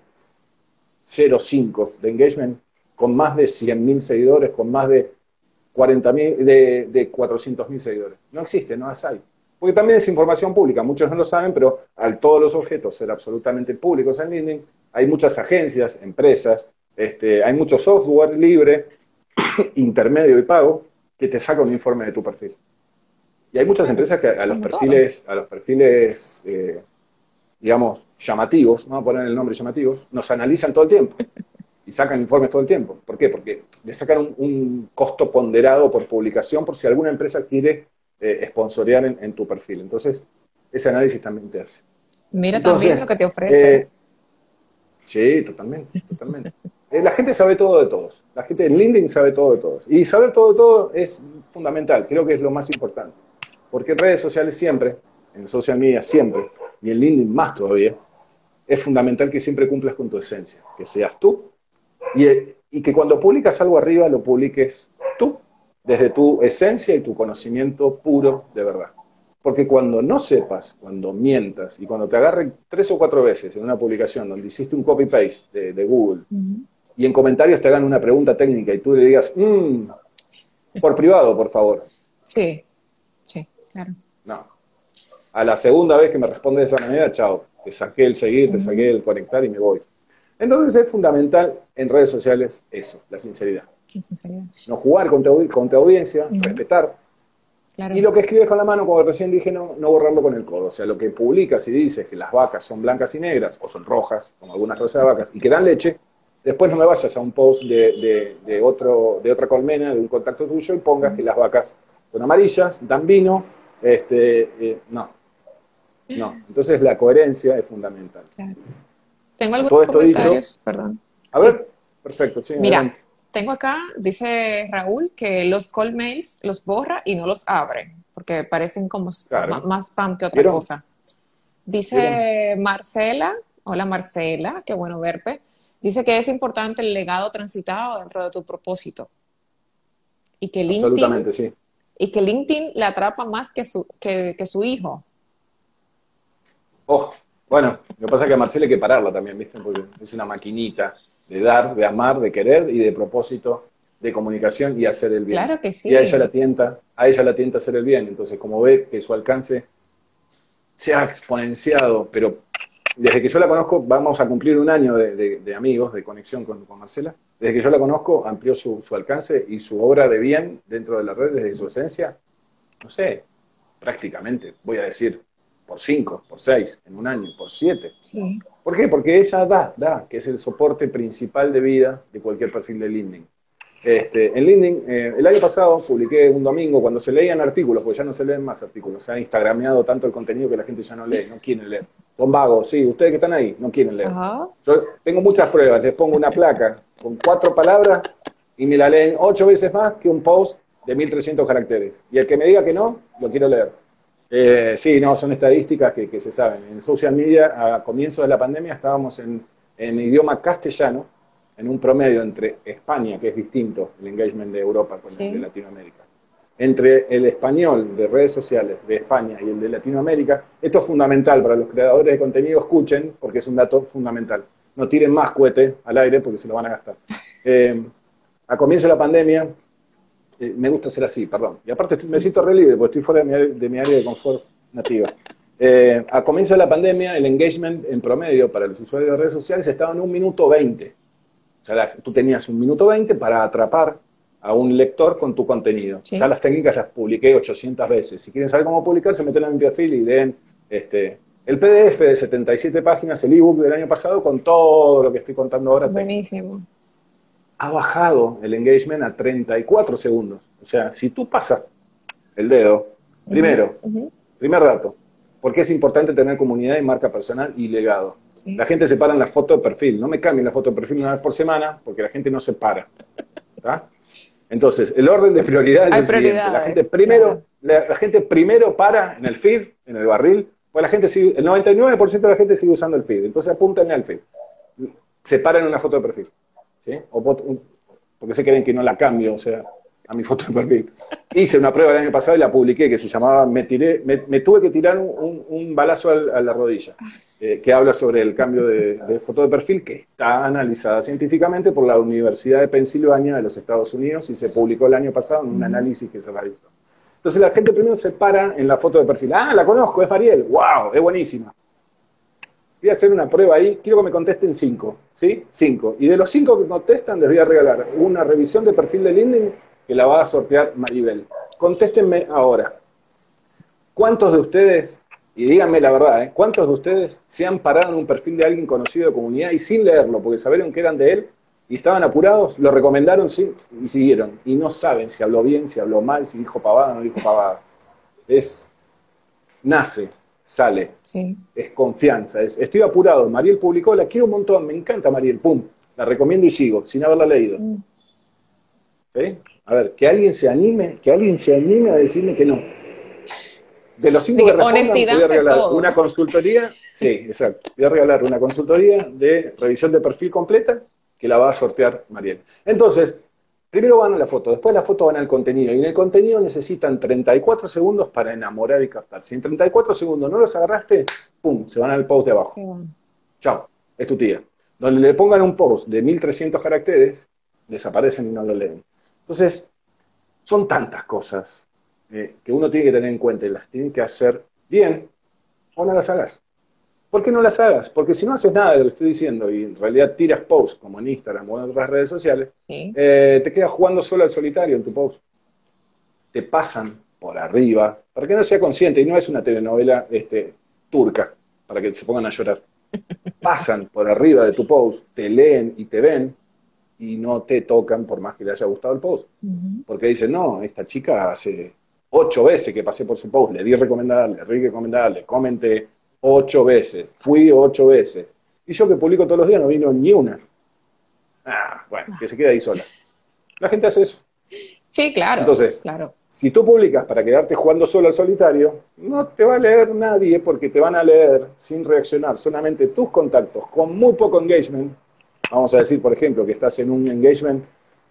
cero coma cinco de engagement, con más de cien mil seguidores, con más de cuarenta mil, de, de cuatrocientos mil seguidores. No existe, no las hay. Porque también es información pública, muchos no lo saben, pero al todos los objetos ser absolutamente públicos en LinkedIn, hay muchas agencias, empresas, este, hay mucho software libre, intermedio y pago, que te saca un informe de tu perfil. Y hay muchas Claro. empresas que a los Como todo. perfiles, a los perfiles, eh, digamos, llamativos, vamos a poner el nombre llamativos, nos analizan todo el tiempo y sacan informes todo el tiempo. ¿Por qué? Porque le sacan un, un costo ponderado por publicación por si alguna empresa quiere eh, sponsorear en, en tu perfil. Entonces, ese análisis también te hace. Mira también lo Entonces, que te ofrece. eh, sí, totalmente, totalmente. Eh, la gente sabe todo de todos. La gente en LinkedIn sabe todo de todos. Y saber todo de todo es fundamental, creo que es lo más importante. Porque en redes sociales siempre, en social media siempre, y en LinkedIn más todavía, es fundamental que siempre cumplas con tu esencia, que seas tú y, y que cuando publicas algo arriba lo publiques tú, desde tu esencia y tu conocimiento puro de verdad. Porque cuando no sepas, cuando mientas y cuando te agarren tres o cuatro veces en una publicación donde hiciste un copy-paste de, de Google Ujú. y en comentarios te hagan una pregunta técnica y tú le digas, mmm, por privado, por favor. Sí, sí, claro. No. A la segunda vez que me responde de esa manera, chao, te saqué el seguir, te Ujú. saqué el conectar y me voy. Entonces es fundamental en redes sociales eso, la sinceridad. Qué sinceridad. No jugar con tu, con tu audiencia, Ujú. respetar. Claro. Y lo que escribes con la mano, como recién dije, no, no borrarlo con el codo. O sea, lo que publicas y dices que las vacas son blancas y negras, o son rojas, como algunas razas de vacas, y que dan leche, después no me vayas a un post de, de, de, otro, de otra colmena, de un contacto tuyo, y pongas que Ujú. las vacas son amarillas, dan vino. Este, eh, no, no. Entonces la coherencia es fundamental. Claro. Tengo Con algunos todo esto dicho, comentarios, perdón. a Sí. ver, perfecto, sí, Mira, adelante. tengo acá, dice Raúl, que los call mails los borra y no los abre, porque parecen como s- ma- Claro, más spam que otra ¿vieron? cosa. ¿Vieron? Dice Marcela, hola Marcela, qué bueno verte. Dice que es importante el legado transitado dentro de tu propósito y que LinkedIn, Absolutamente, sí. y que LinkedIn le atrapa más que su, que, que su hijo. Oh, bueno, lo que pasa es que a Marcela hay que pararla también, ¿viste? Porque es una maquinita de dar, de amar, de querer y de propósito, de comunicación y hacer el bien. Claro que Y a ella la sí. tienta, a ella la tienta hacer el bien. Entonces, como ve que su alcance se ha exponenciado, pero desde que yo la conozco, vamos a cumplir un año de, de, de amigos, de conexión con, con Marcela. Desde que yo la conozco, amplió su, su alcance y su obra de bien dentro de la red, desde su esencia, no sé, prácticamente, voy a decir, por cinco, por seis, en un año, por siete. Sí. ¿Por qué? Porque ella da, da, que es el soporte principal de vida de cualquier perfil de LinkedIn. Este, en LinkedIn, eh, el año pasado publiqué un domingo cuando se leían artículos, porque ya no se leen más artículos, se ha instagrameado tanto el contenido que la gente ya no lee, no quieren leer. Son vagos, sí, ustedes que están ahí, no quieren leer. Ajá. Yo tengo muchas pruebas, les pongo una placa con cuatro palabras y me la leen ocho veces más que un post de mil trescientos caracteres. Y el que me diga que no, lo quiero leer. Eh, sí, no, son estadísticas que, que se saben. En social media, a comienzo de la pandemia, estábamos en, en idioma castellano, en un promedio entre España, que es distinto el engagement de Europa con Sí. el de Latinoamérica, entre el español de redes sociales de España y el de Latinoamérica. Esto es fundamental para los creadores de contenido, escuchen, porque es un dato fundamental. No tiren más cohete al aire porque se lo van a gastar. Eh, a comienzo de la pandemia, eh, me gusta ser así, perdón, y aparte estoy, me siento re libre porque estoy fuera de mi, área- de mi área de confort nativa. Eh, a comienzo de la pandemia, el engagement en promedio para los usuarios de redes sociales estaba en un minuto veinte. O sea, la- tú tenías un minuto veinte para atrapar a un lector con tu contenido. Sí. Ya las técnicas las publiqué ochocientas veces. Si quieren saber cómo publicar, se meten en mi perfil y leen este, el P D F de setenta y siete páginas, el ebook del año pasado, con todo lo que estoy contando ahora. Buenísimo. Ha bajado el engagement a treinta y cuatro segundos. O sea, si tú pasas el dedo, primero, Ujú. primer dato, porque es importante tener comunidad y marca personal y legado. Sí. La gente se para en la foto de perfil. No me cambien la foto de perfil una vez por semana, porque la gente no se para. ¿Tá? Entonces, el orden de prioridades Hay es el siguiente. La prioridades, gente primero, claro. la, la gente primero para en el feed, en el barril, pues la gente sigue, el noventa y nueve por ciento de la gente sigue usando el feed. Entonces apúntenle al feed. Se para en una foto de perfil. ¿Sí? O, porque se creen que no la cambio, o sea, a mi foto de perfil. Hice una prueba el año pasado y la publiqué, que se llamaba Me, tiré, me, me tuve que tirar un, un, un balazo al, a la rodilla, eh, que habla sobre el cambio de, de foto de perfil, que está analizada científicamente por la Universidad de Pensilvania de los Estados Unidos y se publicó el año pasado en un análisis que se realizó. Entonces la gente primero se para en la foto de perfil. Ah, la conozco, es Mariel. ¡Wow! Es buenísima. Voy a hacer una prueba ahí, quiero que me contesten cinco, ¿sí? Cinco. Y de los cinco que contestan les voy a regalar una revisión de perfil de LinkedIn que la va a sortear Maribel. Contéstenme ahora. ¿Cuántos de ustedes, y díganme la verdad, ¿eh? ¿Cuántos de ustedes se han parado en un perfil de alguien conocido de comunidad y sin leerlo, porque sabieron que eran de él y estaban apurados, lo recomendaron sí, y siguieron? Y no saben si habló bien, si habló mal, si dijo pavada o no dijo pavada. Es, nace. Sale, Sí. es confianza, es estoy apurado, Mariel publicó, la quiero un montón, me encanta Mariel, pum, la recomiendo y sigo, sin haberla leído. Mm. ¿Sí? A ver, que alguien se anime, que alguien se anime a decirme que no. De los cinco De que que respondan, honestidad voy a ante regalar todo, una ¿no? consultoría, sí, exacto, voy a regalar una consultoría de revisión de perfil completa que la va a sortear Mariel. Entonces, primero van a la foto, después la foto van al contenido, y en el contenido necesitan treinta y cuatro segundos para enamorar y captar. Si en treinta y cuatro segundos no los agarraste, pum, se van al post de abajo. Sí, bueno. Chao, es tu tía. Donde le pongan un post de mil trescientos caracteres, desaparecen y no lo leen. Entonces, son tantas cosas eh, que uno tiene que tener en cuenta y las tiene que hacer bien o no las hagas. ¿Por qué no las hagas? Porque si no haces nada de lo que estoy diciendo y en realidad tiras posts como en Instagram o en otras redes sociales, Sí. eh, te quedas jugando solo al solitario en tu post. Te pasan por arriba, para que no sea consciente, y no es una telenovela este, turca, para que se pongan a llorar. Pasan por arriba de tu post, te leen y te ven, y no te tocan por más que le haya gustado el post. Ujú. Porque dicen, no, esta chica hace ocho veces que pasé por su post, le di recomendarle, le di recomendarle, comenté ocho veces, fui ocho veces. Y yo que publico todos los días no vino ni una. Ah, bueno, que se quede ahí sola. La gente hace eso. Sí, claro. Entonces, Claro. si tú publicas para quedarte jugando solo al solitario, no te va a leer nadie porque te van a leer sin reaccionar solamente tus contactos con muy poco engagement. Vamos a decir, por ejemplo, que estás en un engagement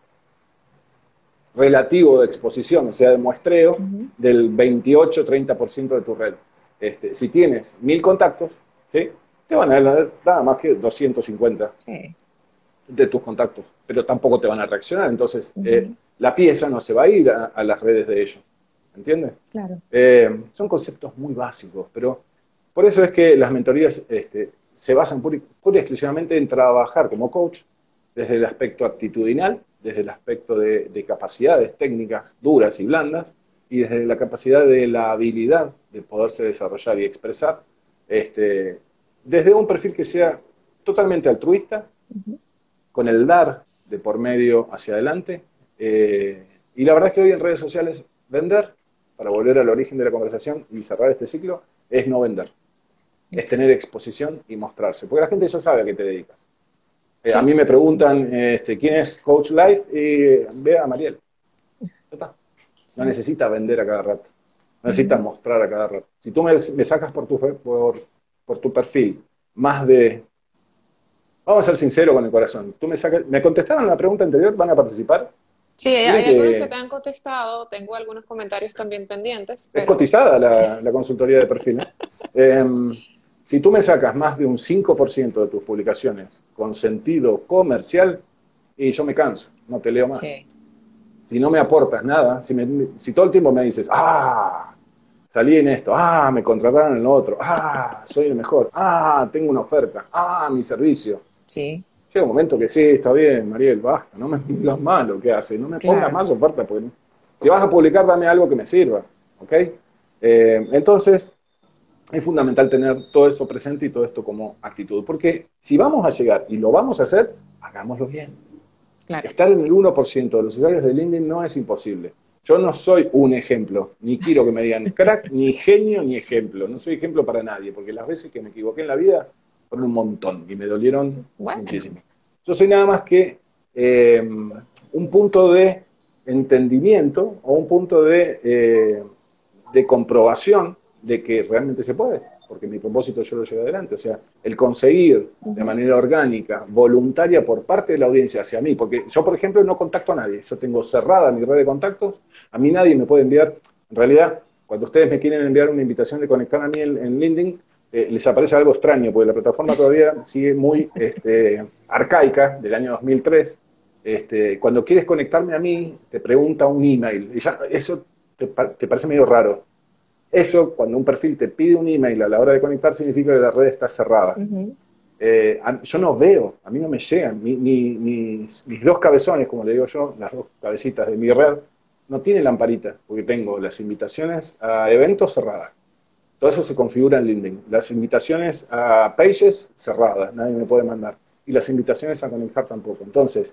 relativo de exposición, o sea, de muestreo, Ujú. del veintiocho a treinta por ciento de tu red. Este, si tienes mil contactos, ¿sí? Te van a leer nada más que doscientos cincuenta Sí. de tus contactos, pero tampoco te van a reaccionar. Entonces, Ujú. eh, la pieza no se va a ir a, a las redes de ellos. ¿Entiendes? Claro. Eh, son conceptos muy básicos, pero por eso es que las mentorías este, se basan pura, pura y exclusivamente en trabajar como coach desde el aspecto actitudinal, desde el aspecto de, de capacidades técnicas duras y blandas, y desde la capacidad de la habilidad de poderse desarrollar y expresar, este, desde un perfil que sea totalmente altruista, uh-huh. con el dar de por medio hacia adelante. Eh, y la verdad es que hoy en redes sociales vender, para volver al origen de la conversación y cerrar este ciclo, es no vender. Es tener exposición y mostrarse. Porque la gente ya sabe a qué te dedicas. Eh, sí. A mí me preguntan, este, ¿quién es Coach Life? Y ve a Mariel. No sí. necesita vender a cada rato. No necesita uh-huh. mostrar a cada rato. Si tú me, me sacas por tu, por, por tu perfil más de... Vamos a ser sinceros con el corazón. Tú me sacas, ¿me contestaron la pregunta anterior? ¿Van a participar? Sí, hay, hay que, algunos que te han contestado. Tengo algunos comentarios también pendientes. Pero... Es cotizada la, la consultoría de perfil. ¿eh? eh, si tú me sacas más de un cinco por ciento de tus publicaciones con sentido comercial, y yo me canso, no te leo más. Sí. Si no me aportas nada, si, me, si todo el tiempo me dices, ah, salí en esto, ah, me contrataron en lo otro, ah, soy el mejor, ah, tengo una oferta, ah, mi servicio. Sí. Llega un momento que sí, está bien, Mariel, basta, no me digas más lo que hace, no me claro. pongas más oferta, porque si vas a publicar, dame algo que me sirva, ¿ok? Eh, entonces, es fundamental tener todo esto presente y todo esto como actitud, porque si vamos a llegar y lo vamos a hacer, hagámoslo bien. Claro. Estar en el uno por ciento de los usuarios de LinkedIn no es imposible. Yo no soy un ejemplo, ni quiero que me digan crack, ni genio, ni ejemplo. No soy ejemplo para nadie, porque las veces que me equivoqué en la vida fueron un montón y me dolieron bueno. muchísimo. Yo soy nada más que eh, un punto de entendimiento o un punto de, eh, de comprobación de que realmente se puede, porque mi propósito yo lo llevo adelante. O sea, el conseguir de manera orgánica, voluntaria por parte de la audiencia hacia mí, porque yo, por ejemplo, no contacto a nadie. Yo tengo cerrada mi red de contactos, a mí nadie me puede enviar. En realidad, cuando ustedes me quieren enviar una invitación de conectar a mí en, en LinkedIn, eh, les aparece algo extraño, porque la plataforma todavía sigue muy este, arcaica, del año dos mil tres. Este, cuando quieres conectarme a mí, te pregunta un email. Y ya, eso te, te parece medio raro. Eso, cuando un perfil te pide un email a la hora de conectar, significa que la red está cerrada. Uh-huh. eh, a, yo no veo, a mí no me llegan. Mi, mi, mis, mis dos cabezones, como le digo yo, las dos cabecitas de mi red, no tienen lamparita, porque tengo las invitaciones a eventos cerradas. Todo eso se configura en LinkedIn. Las invitaciones a pages cerradas, nadie me puede mandar. Y las invitaciones a conectar tampoco. Entonces,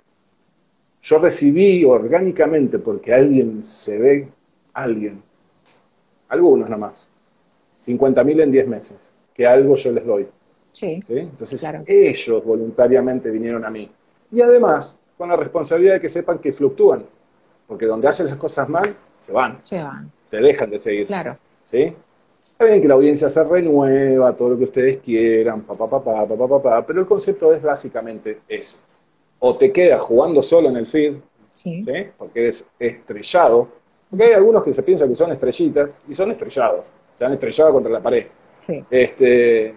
yo recibí orgánicamente, porque alguien se ve, alguien, algunos nada más, cincuenta mil en diez meses, que algo yo les doy. Sí, ¿sí? Entonces, claro. ellos voluntariamente vinieron a mí. Y además, con la responsabilidad de que sepan que fluctúan, porque donde hacen las cosas mal, se van. Se van. Te dejan de seguir. Claro. ¿Sí? Está bien que la audiencia se renueva, todo lo que ustedes quieran, papá, papá, papá, papá, pero el concepto es básicamente ese. O te quedas jugando solo en el feed, sí. ¿sí? Porque eres estrellado. Porque hay algunos que se piensan que son estrellitas y son estrellados. Se han estrellado contra la pared. Sí. Este,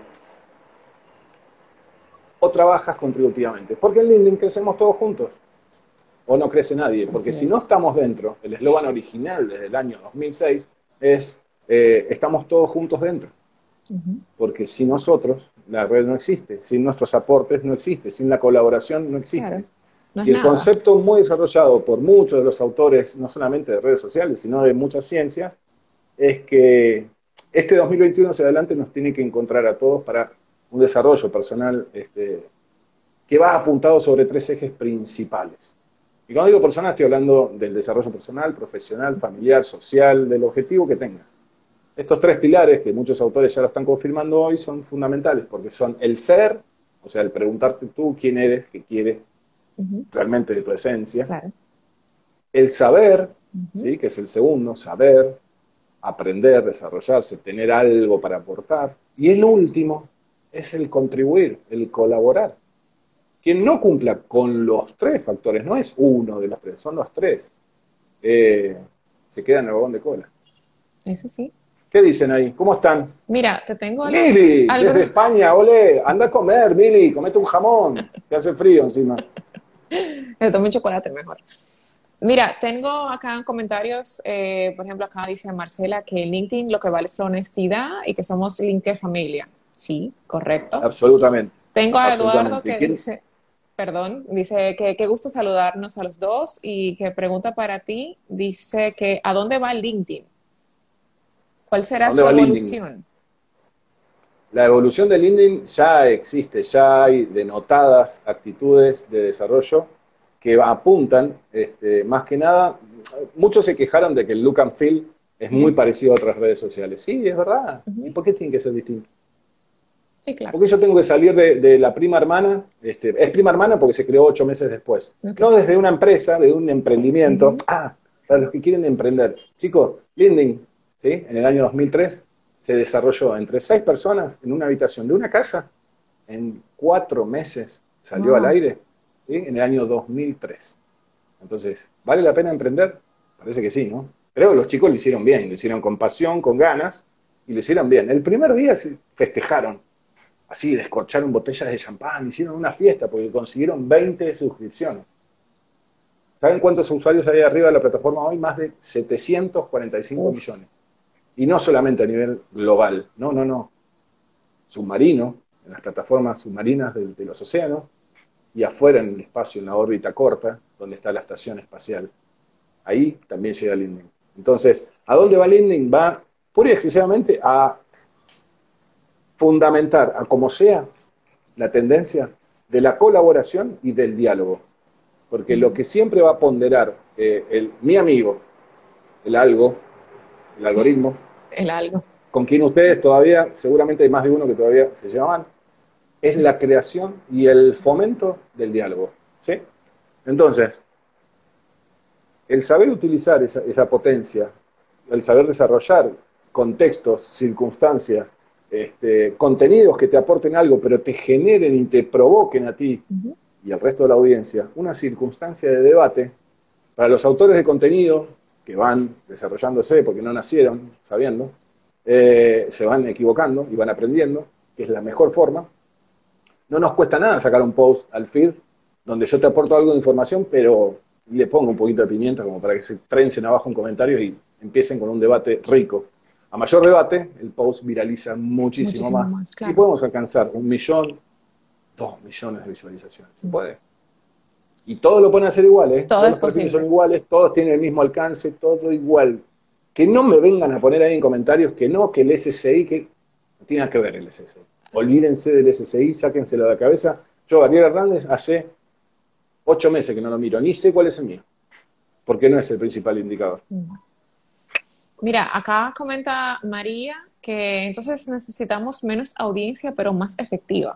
o trabajas contributivamente. Porque en LinkedIn crecemos todos juntos. O no crece nadie. Porque Así si es. no estamos dentro, el eslogan original desde el año dos mil seis es eh, estamos todos juntos dentro. Uh-huh. Porque sin nosotros la red no existe. Sin nuestros aportes no existe. Sin la colaboración no existe. Claro. No es y el nada. concepto muy desarrollado por muchos de los autores, no solamente de redes sociales, sino de mucha ciencia, es que este dos mil veintiuno hacia adelante nos tiene que encontrar a todos para un desarrollo personal este, que va apuntado sobre tres ejes principales. Y cuando digo personal, estoy hablando del desarrollo personal, profesional, familiar, social, del objetivo que tengas. Estos tres pilares, que muchos autores ya lo están confirmando hoy, son fundamentales, porque son el ser, o sea, el preguntarte tú quién eres, qué quieres, uh-huh. realmente de tu esencia. Claro. El saber, uh-huh. ¿sí? Que es el segundo, saber, aprender, desarrollarse, tener algo para aportar. Y el último es el contribuir, el colaborar. Quien no cumpla con los tres factores, no es uno de los tres, son los tres, eh, se queda en el vagón de cola. Eso sí. ¿Qué dicen ahí? ¿Cómo están? Mira, te tengo algo. Mili, algo... desde España, ole, anda a comer, Mili, comete un jamón, que hace frío encima. Le tomo un chocolate mejor. Mira, tengo acá en comentarios, eh, por ejemplo, acá dice Marcela que en LinkedIn lo que vale es la honestidad y que somos LinkedIn familia. Sí, correcto. Absolutamente. Tengo a Eduardo Absolutamente. que ¿Quién? dice, perdón, dice que qué gusto saludarnos a los dos y que pregunta para ti, dice que ¿a dónde va LinkedIn? ¿Cuál ¿A será dónde su va LinkedIn? evolución? La evolución de LinkedIn ya existe, ya hay denotadas actitudes de desarrollo que apuntan, este, más que nada, muchos se quejaron de que el look and feel es muy Ujú, parecido a otras redes sociales. Sí, es verdad. ¿Y ujú. por qué tiene que ser distinto? Sí, claro. Porque yo tengo que salir de, de la prima hermana, este, es prima hermana porque se creó ocho meses después. Ok. No desde una empresa, de un emprendimiento. Ujú. Ah, para los que quieren emprender. Chicos, LinkedIn, ¿sí? En el año dos mil tres se desarrolló entre seis personas en una habitación de una casa. En cuatro meses salió al Wow. aire, ¿sí? En el año dos mil tres. Entonces, ¿vale la pena emprender? Parece que sí, ¿no? Pero los chicos lo hicieron bien, lo hicieron con pasión, con ganas, y lo hicieron bien. El primer día se festejaron, así, descorcharon botellas de champán, hicieron una fiesta porque consiguieron veinte suscripciones. ¿Saben cuántos usuarios hay arriba de la plataforma hoy? Más de setecientos cuarenta y cinco Uf. millones. Y no solamente a nivel global, no, no, no. Submarino, en las plataformas submarinas de, de los océanos, y afuera en el espacio, en la órbita corta, donde está la estación espacial. Ahí también llega LinkedIn. Entonces, ¿a dónde va LinkedIn? Va pura y exclusivamente a fundamentar, a como sea, la tendencia de la colaboración y del diálogo. Porque lo que siempre va a ponderar eh, el, mi amigo, el algo, el algoritmo, El algo. con quien ustedes todavía, seguramente hay más de uno que todavía se llevan, es la creación y el fomento del diálogo. ¿Sí? Entonces, el saber utilizar esa, esa potencia, el saber desarrollar contextos, circunstancias, este, contenidos que te aporten algo, pero te generen y te provoquen a ti Ujú. y al resto de la audiencia una circunstancia de debate para los autores de contenido que van desarrollándose porque no nacieron sabiendo, eh, se van equivocando y van aprendiendo, que es la mejor forma. No nos cuesta nada sacar un post al feed donde yo te aporto algo de información, pero le pongo un poquito de pimienta como para que se trencen abajo en comentarios y empiecen con un debate rico. A mayor debate, el post viraliza muchísimo Muchísimo más más, y claro. podemos alcanzar un millón, dos millones de visualizaciones. ¿Se puede? Y todos lo pueden hacer igual, ¿eh? Todo Todos es los perfiles son posible. iguales, todos tienen el mismo alcance, todo igual. Que no me vengan a poner ahí en comentarios que no, que el S S I, que no tiene nada que ver el S S I. Olvídense del S S I, sáquenselo de la cabeza. Yo, Ariel Hernández, hace ocho meses que no lo miro, ni sé cuál es el mío, porque no es el principal indicador. Mira, acá comenta María que entonces necesitamos menos audiencia, pero más efectiva.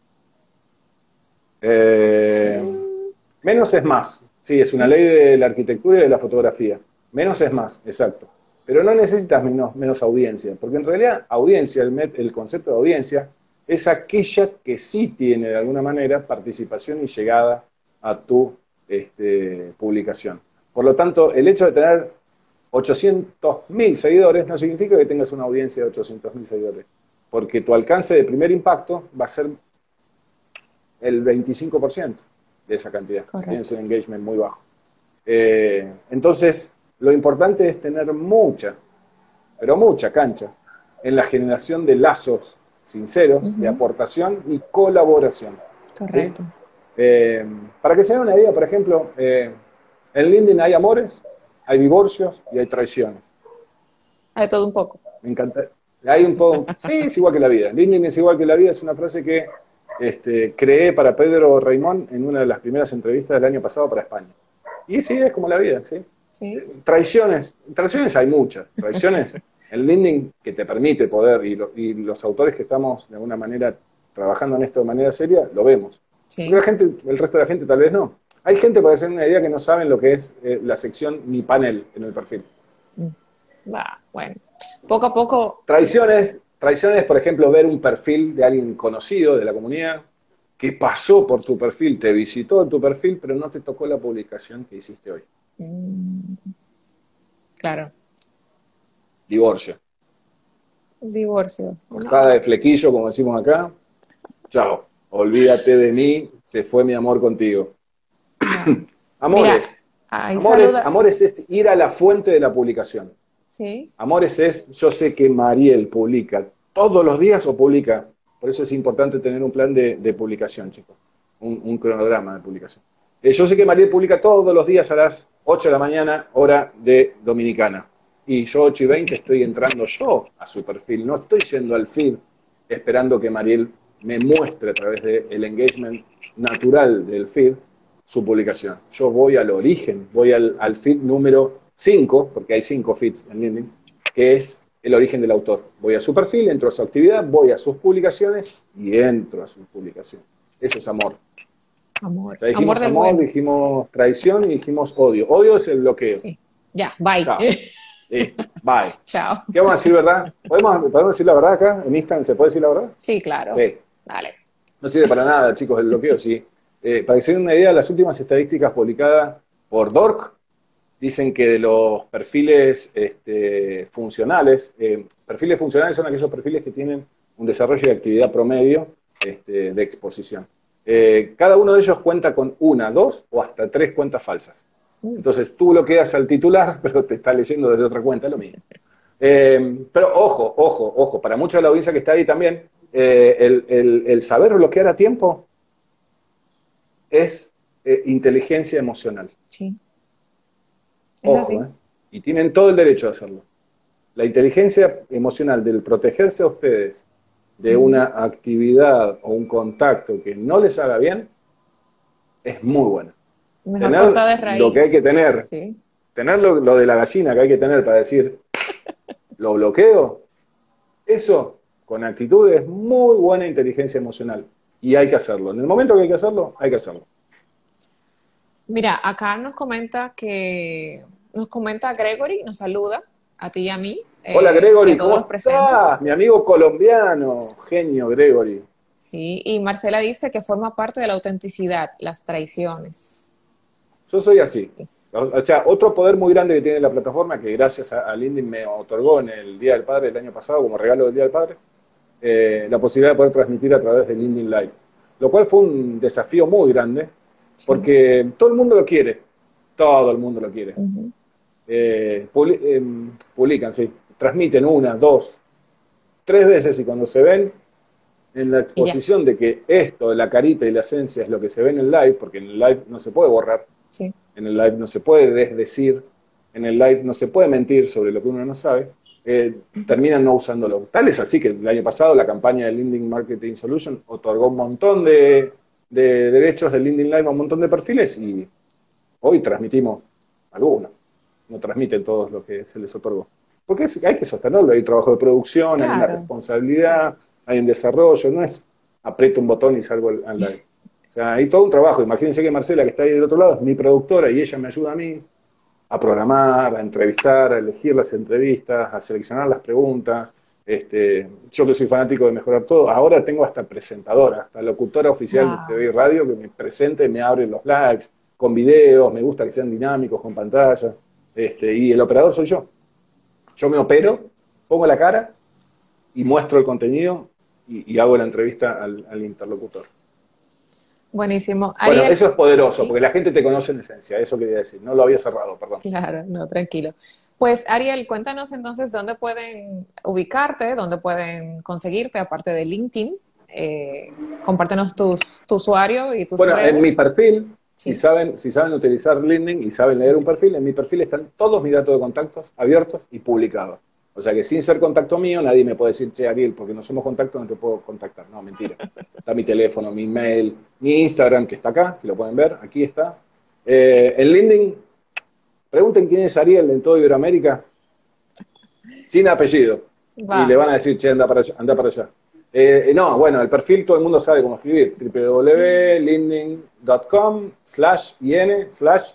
Eh, Mm, menos es más. Sí, es una ¿sí? ley de la arquitectura y de la fotografía. Menos es más, exacto. Pero no necesitas menos, menos audiencia, porque en realidad audiencia, el, met- el concepto de audiencia, es aquella que sí tiene de alguna manera participación y llegada a tu este, publicación. Por lo tanto, el hecho de tener ochocientos mil seguidores no significa que tengas una audiencia de ochocientos mil seguidores, porque tu alcance de primer impacto va a ser el veinticinco por ciento de esa cantidad, si tienes Correcto. un engagement muy bajo. Eh, entonces, lo importante es tener mucha, pero mucha cancha en la generación de lazos sinceros, de Ujú. aportación y colaboración. ¿Sí? Correcto. Eh, para que se den una idea, por ejemplo, eh, en LinkedIn hay amores, hay divorcios y hay traiciones. Hay de todo un poco. Me encanta. Hay un poco, sí, es igual que la vida. LinkedIn es igual que la vida, es una frase que este, creé para Pedro Reimón en una de las primeras entrevistas del año pasado para España. Y sí, es como la vida, ¿sí? Sí. Eh, Traiciones, traiciones hay muchas. Traiciones en LinkedIn que te permite poder, y, lo- y los autores que estamos de alguna manera trabajando en esto de manera seria, lo vemos. Porque la Sí. gente, el resto de la gente tal vez no. Hay gente, para hacer una idea, que no saben lo que es eh, la sección Mi Panel en el perfil. Mm. Va, bueno. Poco a poco. Traiciones, traiciones, por ejemplo, ver un perfil de alguien conocido de la comunidad que pasó por tu perfil, te visitó en tu perfil, pero no te tocó la publicación que hiciste hoy. Mm, claro. Divorcio. Divorcio. Cortada de No. flequillo, como decimos acá. Chao. Olvídate de mí, se fue mi amor contigo. Va. Mira, Amores. ahí Amores, saluda. amores es ir a la fuente de la publicación. Sí. Amores es, yo sé que Mariel publica todos los días o publica Por eso es importante tener un plan de, de publicación, chicos, un, un cronograma de publicación. Eh, yo sé que Mariel publica todos los días a las ocho de la mañana, hora de Dominicana. Y yo ocho y veinte estoy entrando yo a su perfil, no estoy yendo al feed esperando que Mariel me muestre a través del engagement natural del feed su publicación. Yo voy al origen, voy al, al feed número cinco, porque hay cinco feeds en LinkedIn, que es el origen del autor. Voy a su perfil, entro a su actividad, voy a sus publicaciones y entro a sus publicaciones. Eso es amor. Amor. O sea, dijimos amor, del amor, bueno. dijimos traición y dijimos odio. Odio es el bloqueo. Sí. Ya, bye. Chao. Listo, bye. Chao. ¿Qué vamos a decir, verdad? ¿Podemos, ¿Podemos decir la verdad acá? ¿En Instagram se puede decir la verdad? Sí, claro. Sí. Dale. No sirve para nada, chicos, el bloqueo, sí. Eh, para que se den una idea, las últimas estadísticas publicadas por D O R C dicen que de los perfiles este, funcionales, eh, perfiles funcionales son aquellos perfiles que tienen un desarrollo de actividad promedio este, de exposición. Eh, cada uno de ellos cuenta con una, dos o hasta tres cuentas falsas. Entonces tú bloqueas al titular, pero te está leyendo desde otra cuenta, es lo mismo. Eh, pero ojo, ojo, ojo, para mucha de la audiencia que está ahí también, eh, el, el, el saber bloquear a tiempo es eh, inteligencia emocional. Sí. Es Ojo, así. ¿eh? Y tienen todo el derecho a hacerlo. La inteligencia emocional del protegerse a ustedes de una actividad o un contacto que no les haga bien es muy buena. Mejor Tener cortada de raíz. lo que hay que tener, Sí. tener lo, lo de la gallina que hay que tener para decir, lo bloqueo, eso con actitud es muy buena inteligencia emocional. Y hay que hacerlo. En el momento que hay que hacerlo, hay que hacerlo. Mira, acá nos comenta que, nos comenta Gregory, nos saluda a ti y a mí. Hola eh, Gregory, y a todos ¿cómo los presentes. estás? Mi amigo colombiano, genio Gregory. Sí, y Marcela dice que forma parte de la autenticidad, las traiciones. Yo soy así. O sea, otro poder muy grande que tiene la plataforma, que gracias a, a LinkedIn me otorgó en el Día del Padre el año pasado, como regalo del Día del Padre, eh, la posibilidad de poder transmitir a través de LinkedIn Live. Lo cual fue un desafío muy grande, porque sí. Todo el mundo lo quiere. Todo el mundo lo quiere. Uh-huh. eh, publi eh, publican, sí. Transmiten una, dos, tres veces y cuando se ven en la exposición de que esto, la carita y la esencia es lo que se ve en el live, porque en el live no se puede borrar. Sí. En el live no se puede desdecir, en el live no se puede mentir sobre lo que uno no sabe, eh, terminan no usándolo. Tal es así que el año pasado la campaña de LinkedIn Marketing Solution otorgó un montón de, de derechos de LinkedIn Live a un montón de perfiles y hoy transmitimos algunos, no transmiten todos lo que se les otorgó. Porque es, hay que sostenerlo, hay trabajo de producción, claro. Hay una responsabilidad, hay un desarrollo, no es aprieto un botón y salgo al, al live. O sea, hay todo un trabajo. Imagínense que Marcela, que está ahí del otro lado, es mi productora y ella me ayuda a mí a programar, a entrevistar, a elegir las entrevistas, a seleccionar las preguntas. Este, yo que soy fanático de mejorar todo, ahora tengo hasta presentadora, hasta locutora oficial wow. de T V y radio que me presenta y me abre los likes, con videos, me gusta que sean dinámicos, con pantalla. Este, y el operador soy yo. Yo me opero, pongo la cara y muestro el contenido y, y hago la entrevista al, al interlocutor. Buenísimo. Ariel, bueno, eso es poderoso, ¿sí? Porque la gente te conoce en esencia, eso quería decir. No lo había cerrado, perdón. Claro, no, tranquilo. Pues, Ariel, cuéntanos entonces dónde pueden ubicarte, dónde pueden conseguirte, aparte de LinkedIn. Eh, compártenos tus, tu usuario y tus bueno, redes. En mi perfil, sí. si, saben, si saben utilizar LinkedIn y saben leer un perfil, en mi perfil están todos mis datos de contactos abiertos y publicados. O sea que sin ser contacto mío, nadie me puede decir, che, Ariel, porque no somos contacto, no te puedo contactar. No, mentira. Está mi teléfono, mi mail, mi Instagram, que está acá, que lo pueden ver, aquí está. Eh, en LinkedIn, pregunten quién es Ariel en toda Iberoamérica, sin apellido. Va. Y le van a decir, che, anda para allá. Anda para allá. Eh, no, bueno, el perfil todo el mundo sabe cómo escribir. w w w punto linkedin punto com slash in slash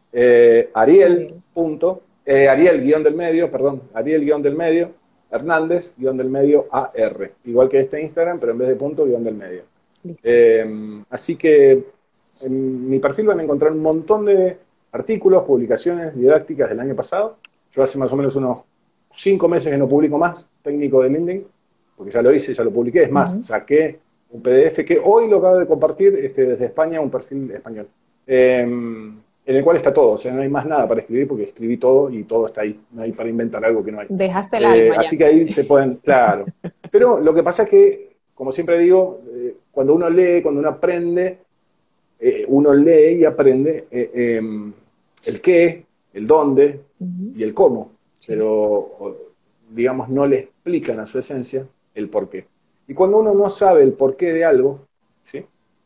Ariel. Punto, Eh, Ariel guión del medio, perdón, Ariel guión del medio, Hernández guión del medio A R, igual que este Instagram, pero en vez de punto, guión del medio. Eh, así que en mi perfil van a encontrar un montón de artículos, publicaciones didácticas del año pasado. Yo hace más o menos unos cinco meses que no publico más técnico de LinkedIn, porque ya lo hice, ya lo publiqué. Es más, uh-huh. saqué un P D F que hoy lo acabo de compartir este, desde España, un perfil español. Eh, en el cual está todo, o sea, no hay más nada para escribir porque escribí todo y todo está ahí, no hay para inventar algo que no hay. Dejaste el eh, alma Así ya. que ahí se pueden, claro. Pero lo que pasa es que como siempre digo, eh, cuando uno lee, cuando uno aprende, eh, uno lee y aprende eh, eh, el qué, el dónde Ujú. y el cómo, Sí. pero, o, digamos, no le explican a su esencia el por qué. Y cuando uno no sabe el porqué de algo, ¿sí?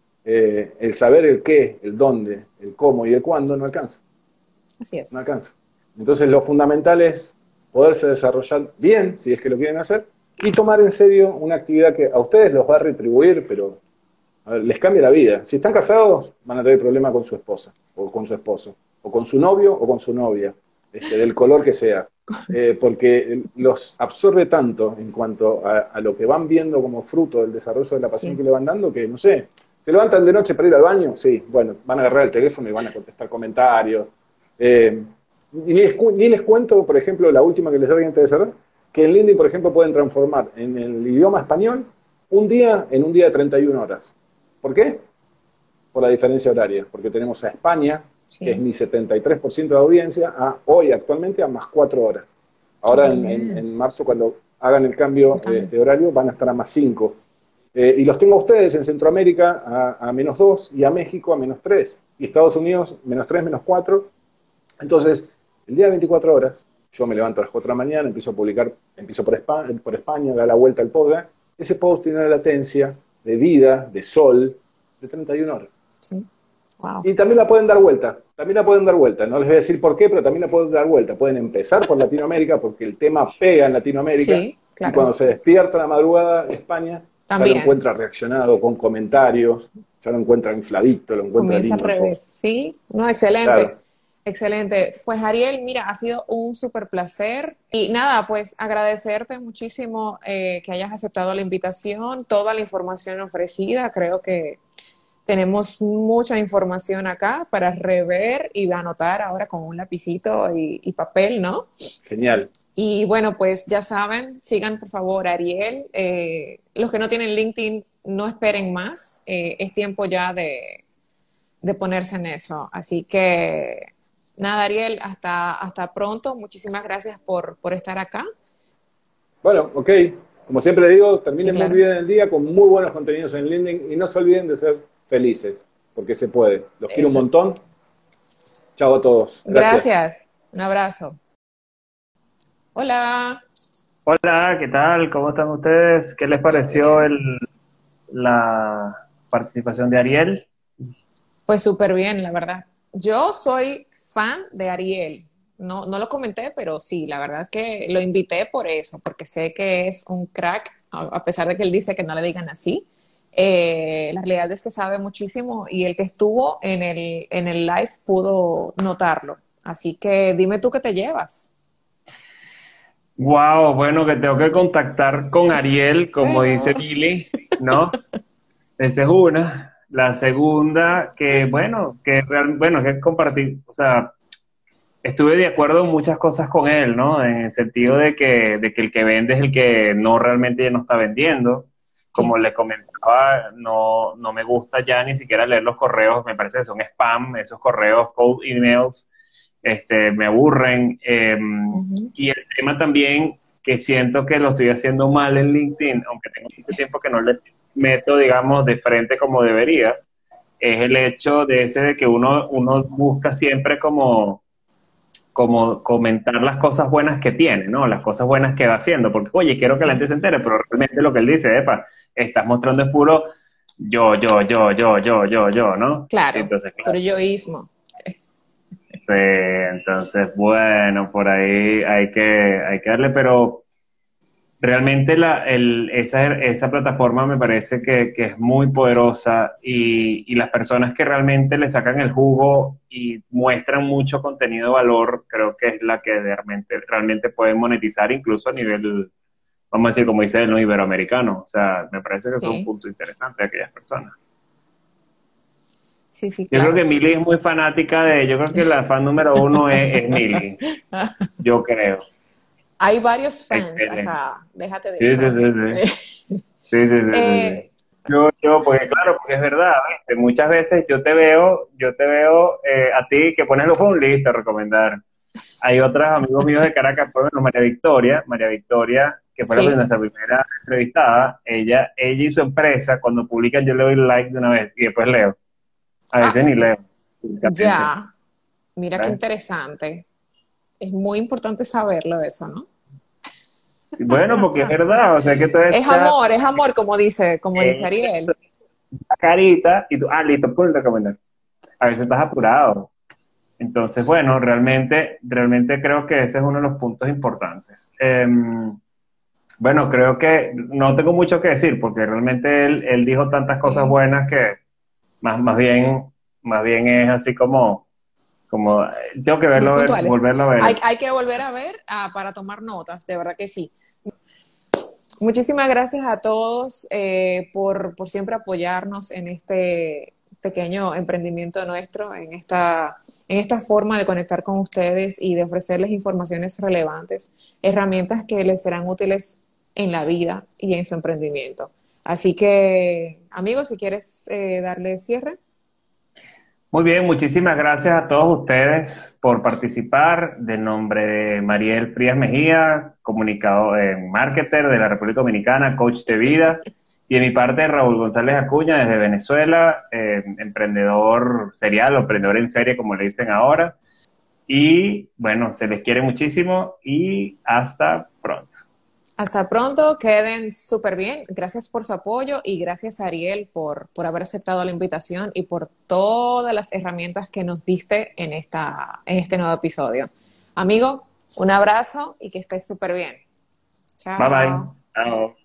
Eh, el saber el qué, el dónde, el cómo y el cuándo no alcanza, Así no es. alcanza. Entonces lo fundamental es poderse desarrollar bien, si es que lo quieren hacer, y tomar en serio una actividad que a ustedes los va a retribuir, pero a ver, les cambia la vida. Si están casados, van a tener problemas con su esposa, o con su esposo, o con su novio, o con su novia, este, del color que sea. Eh, porque los absorbe tanto en cuanto a, a lo que van viendo como fruto del desarrollo de la pasión Sí. que le van dando, que no sé, se levantan de noche para ir al baño, sí, bueno, van a agarrar el teléfono y van a contestar comentarios. Eh, y ni les, ni les cuento, por ejemplo, la última que les doy antes de cerrar, que en LinkedIn, por ejemplo, pueden transformar en el idioma español un día en un día de treinta y una horas. ¿Por qué? Por la diferencia horaria, porque tenemos a España, que es Sí. mi setenta y tres por ciento de audiencia, a hoy actualmente a más cuatro horas. Ahora Súper en, en, bien. en marzo, cuando hagan el cambio El eh, cambio. de horario, van a estar a más cinco. Eh, y los tengo a ustedes en Centroamérica a, a menos dos y a México a menos tres. Y Estados Unidos menos tres, menos cuatro. Entonces, el día de veinticuatro horas, yo me levanto a las cuatro de la mañana, empiezo a publicar, empiezo por España, por España, da la vuelta al podcast. Ese post tiene una latencia de vida, de sol, de treinta y una horas. Sí. Wow. Y también la pueden dar vuelta, también la pueden dar vuelta. No les voy a decir por qué, pero también la pueden dar vuelta. Pueden empezar por Latinoamérica, porque el tema pega en Latinoamérica, Sí, y claro. cuando se despierta la madrugada de España, ya lo También. encuentra reaccionado con comentarios, ya lo encuentra infladito, lo encuentra Comienza al lindo el revés. post. Sí, no, excelente. Claro. Excelente. Pues Ariel, mira, ha sido un súper placer. Y nada, pues agradecerte muchísimo eh, que hayas aceptado la invitación, toda la información ofrecida. Creo que tenemos mucha información acá para rever y anotar ahora con un lapicito y, y papel, ¿no? Genial. Y bueno, pues ya saben, sigan por favor a Ariel. Eh, los que no tienen LinkedIn, no esperen más. Eh, es tiempo ya de, de ponerse en eso. Así que nada, Ariel, hasta, hasta pronto. Muchísimas gracias por, por estar acá. Bueno, ok. Como siempre digo, Sí, terminen muy claro. bien el día con muy buenos contenidos en LinkedIn y no se olviden de ser felices, porque se puede. Los quiero un Eso. montón. Chao a todos. Gracias. Gracias. Un abrazo. Hola. Hola, ¿qué tal? ¿Cómo están ustedes? ¿Qué les Bien, pareció bien. el, la participación de Ariel? Pues súper bien, la verdad. Yo soy fan de Ariel. No, no lo comenté, pero sí, la verdad que lo invité por eso, porque sé que es un crack, a a pesar de que él dice que no le digan así. Eh, la realidad es que sabe muchísimo y el que estuvo en el, en el live pudo notarlo. Así que dime tú qué te llevas. Wow, bueno, que tengo que contactar con Ariel, como Bueno, dice Billy, ¿no? Esa es una. La segunda, que bueno, que real, bueno, que compartir, o sea, estuve de acuerdo en muchas cosas con él, ¿no? En el sentido de que, de que el que vende es el que no realmente ya no está vendiendo. Como sí, le comentaba, no, no me gusta ya ni siquiera leer los correos, me parece que son spam, esos correos, cold emails, este, me aburren. Eh, ujú, y el tema también que siento que lo estoy haciendo mal en LinkedIn, aunque tengo mucho tiempo que no le meto, digamos, de frente como debería, es el hecho de ese de que uno, uno busca siempre como como comentar las cosas buenas que tiene, ¿no? Las cosas buenas que va haciendo, porque, oye, quiero que la gente sí, se entere, pero realmente lo que él dice, epa, estás mostrando es puro yo, yo, yo, yo, yo, yo, yo, ¿no? claro, Entonces, pero claro, yoísmo. sí, entonces, bueno, por ahí hay que, hay que darle, pero realmente la, el, esa, esa plataforma me parece que, que es muy poderosa y, y las personas que realmente le sacan el jugo y muestran mucho contenido de valor, creo que es la que realmente, realmente pueden monetizar incluso a nivel, vamos a decir, como dice el no iberoamericano. O sea, me parece que es un Sí, punto interesante de aquellas personas. sí, sí, Yo creo que claro. Milly es muy fanática de, yo creo que la fan número uno es, es Milly, yo creo. Hay varios fans Excelente. acá, déjate de Sí, sí, eso. sí, sí. Sí, sí, sí, sí, sí. Eh, Yo, yo, porque claro, porque es verdad, ¿viste? Muchas veces yo te veo, yo te veo eh, a ti que pones los un listo a recomendar. Hay otros amigos míos de Caracas, por ejemplo, María Victoria, María Victoria, que fue Sí. la, nuestra primera entrevistada, ella, ella y su empresa, cuando publican, yo le doy like de una vez y después leo. A veces Ah, ni leo. Únicamente, ya. Mira qué ¿ves? interesante. Es muy importante saberlo eso, ¿no? Bueno, porque es verdad, o sea que tú Es echas amor, es amor, como dice, como dice eh, Ariel. la carita y tú, ah, listo, puedes recomendar. A veces estás apurado. Entonces, bueno, realmente, realmente creo que ese es uno de los puntos importantes. Eh, bueno, creo que no tengo mucho que decir porque realmente él, él dijo tantas cosas Sí. buenas que más, más bien, más bien es así como, como, eh, tengo que Muy verlo, ver, puntuales. volverlo a Hay, ver. hay que volver a ver ah, para tomar notas, de verdad que sí. Muchísimas gracias a todos eh, por, por siempre apoyarnos en este pequeño emprendimiento nuestro, en esta, en esta forma de conectar con ustedes y de ofrecerles informaciones relevantes, herramientas que les serán útiles en la vida y en su emprendimiento. Así que, amigos, si quieres eh, darle cierre. Muy bien, muchísimas gracias a todos ustedes por participar. De nombre de Mariel Frías Mejía, comunicador, eh, marketer de la República Dominicana, coach de vida. Y de mi parte, Raúl González Acuña, desde Venezuela, eh, emprendedor serial o emprendedor en serie, como le dicen ahora. Y bueno, se les quiere muchísimo y hasta pronto. Hasta pronto, queden súper bien. Gracias por su apoyo y gracias, Ariel, por, por haber aceptado la invitación y por todas las herramientas que nos diste en, esta, en este nuevo episodio. Amigo, un abrazo y que estés súper bien. Bye bye. Chao. Chao.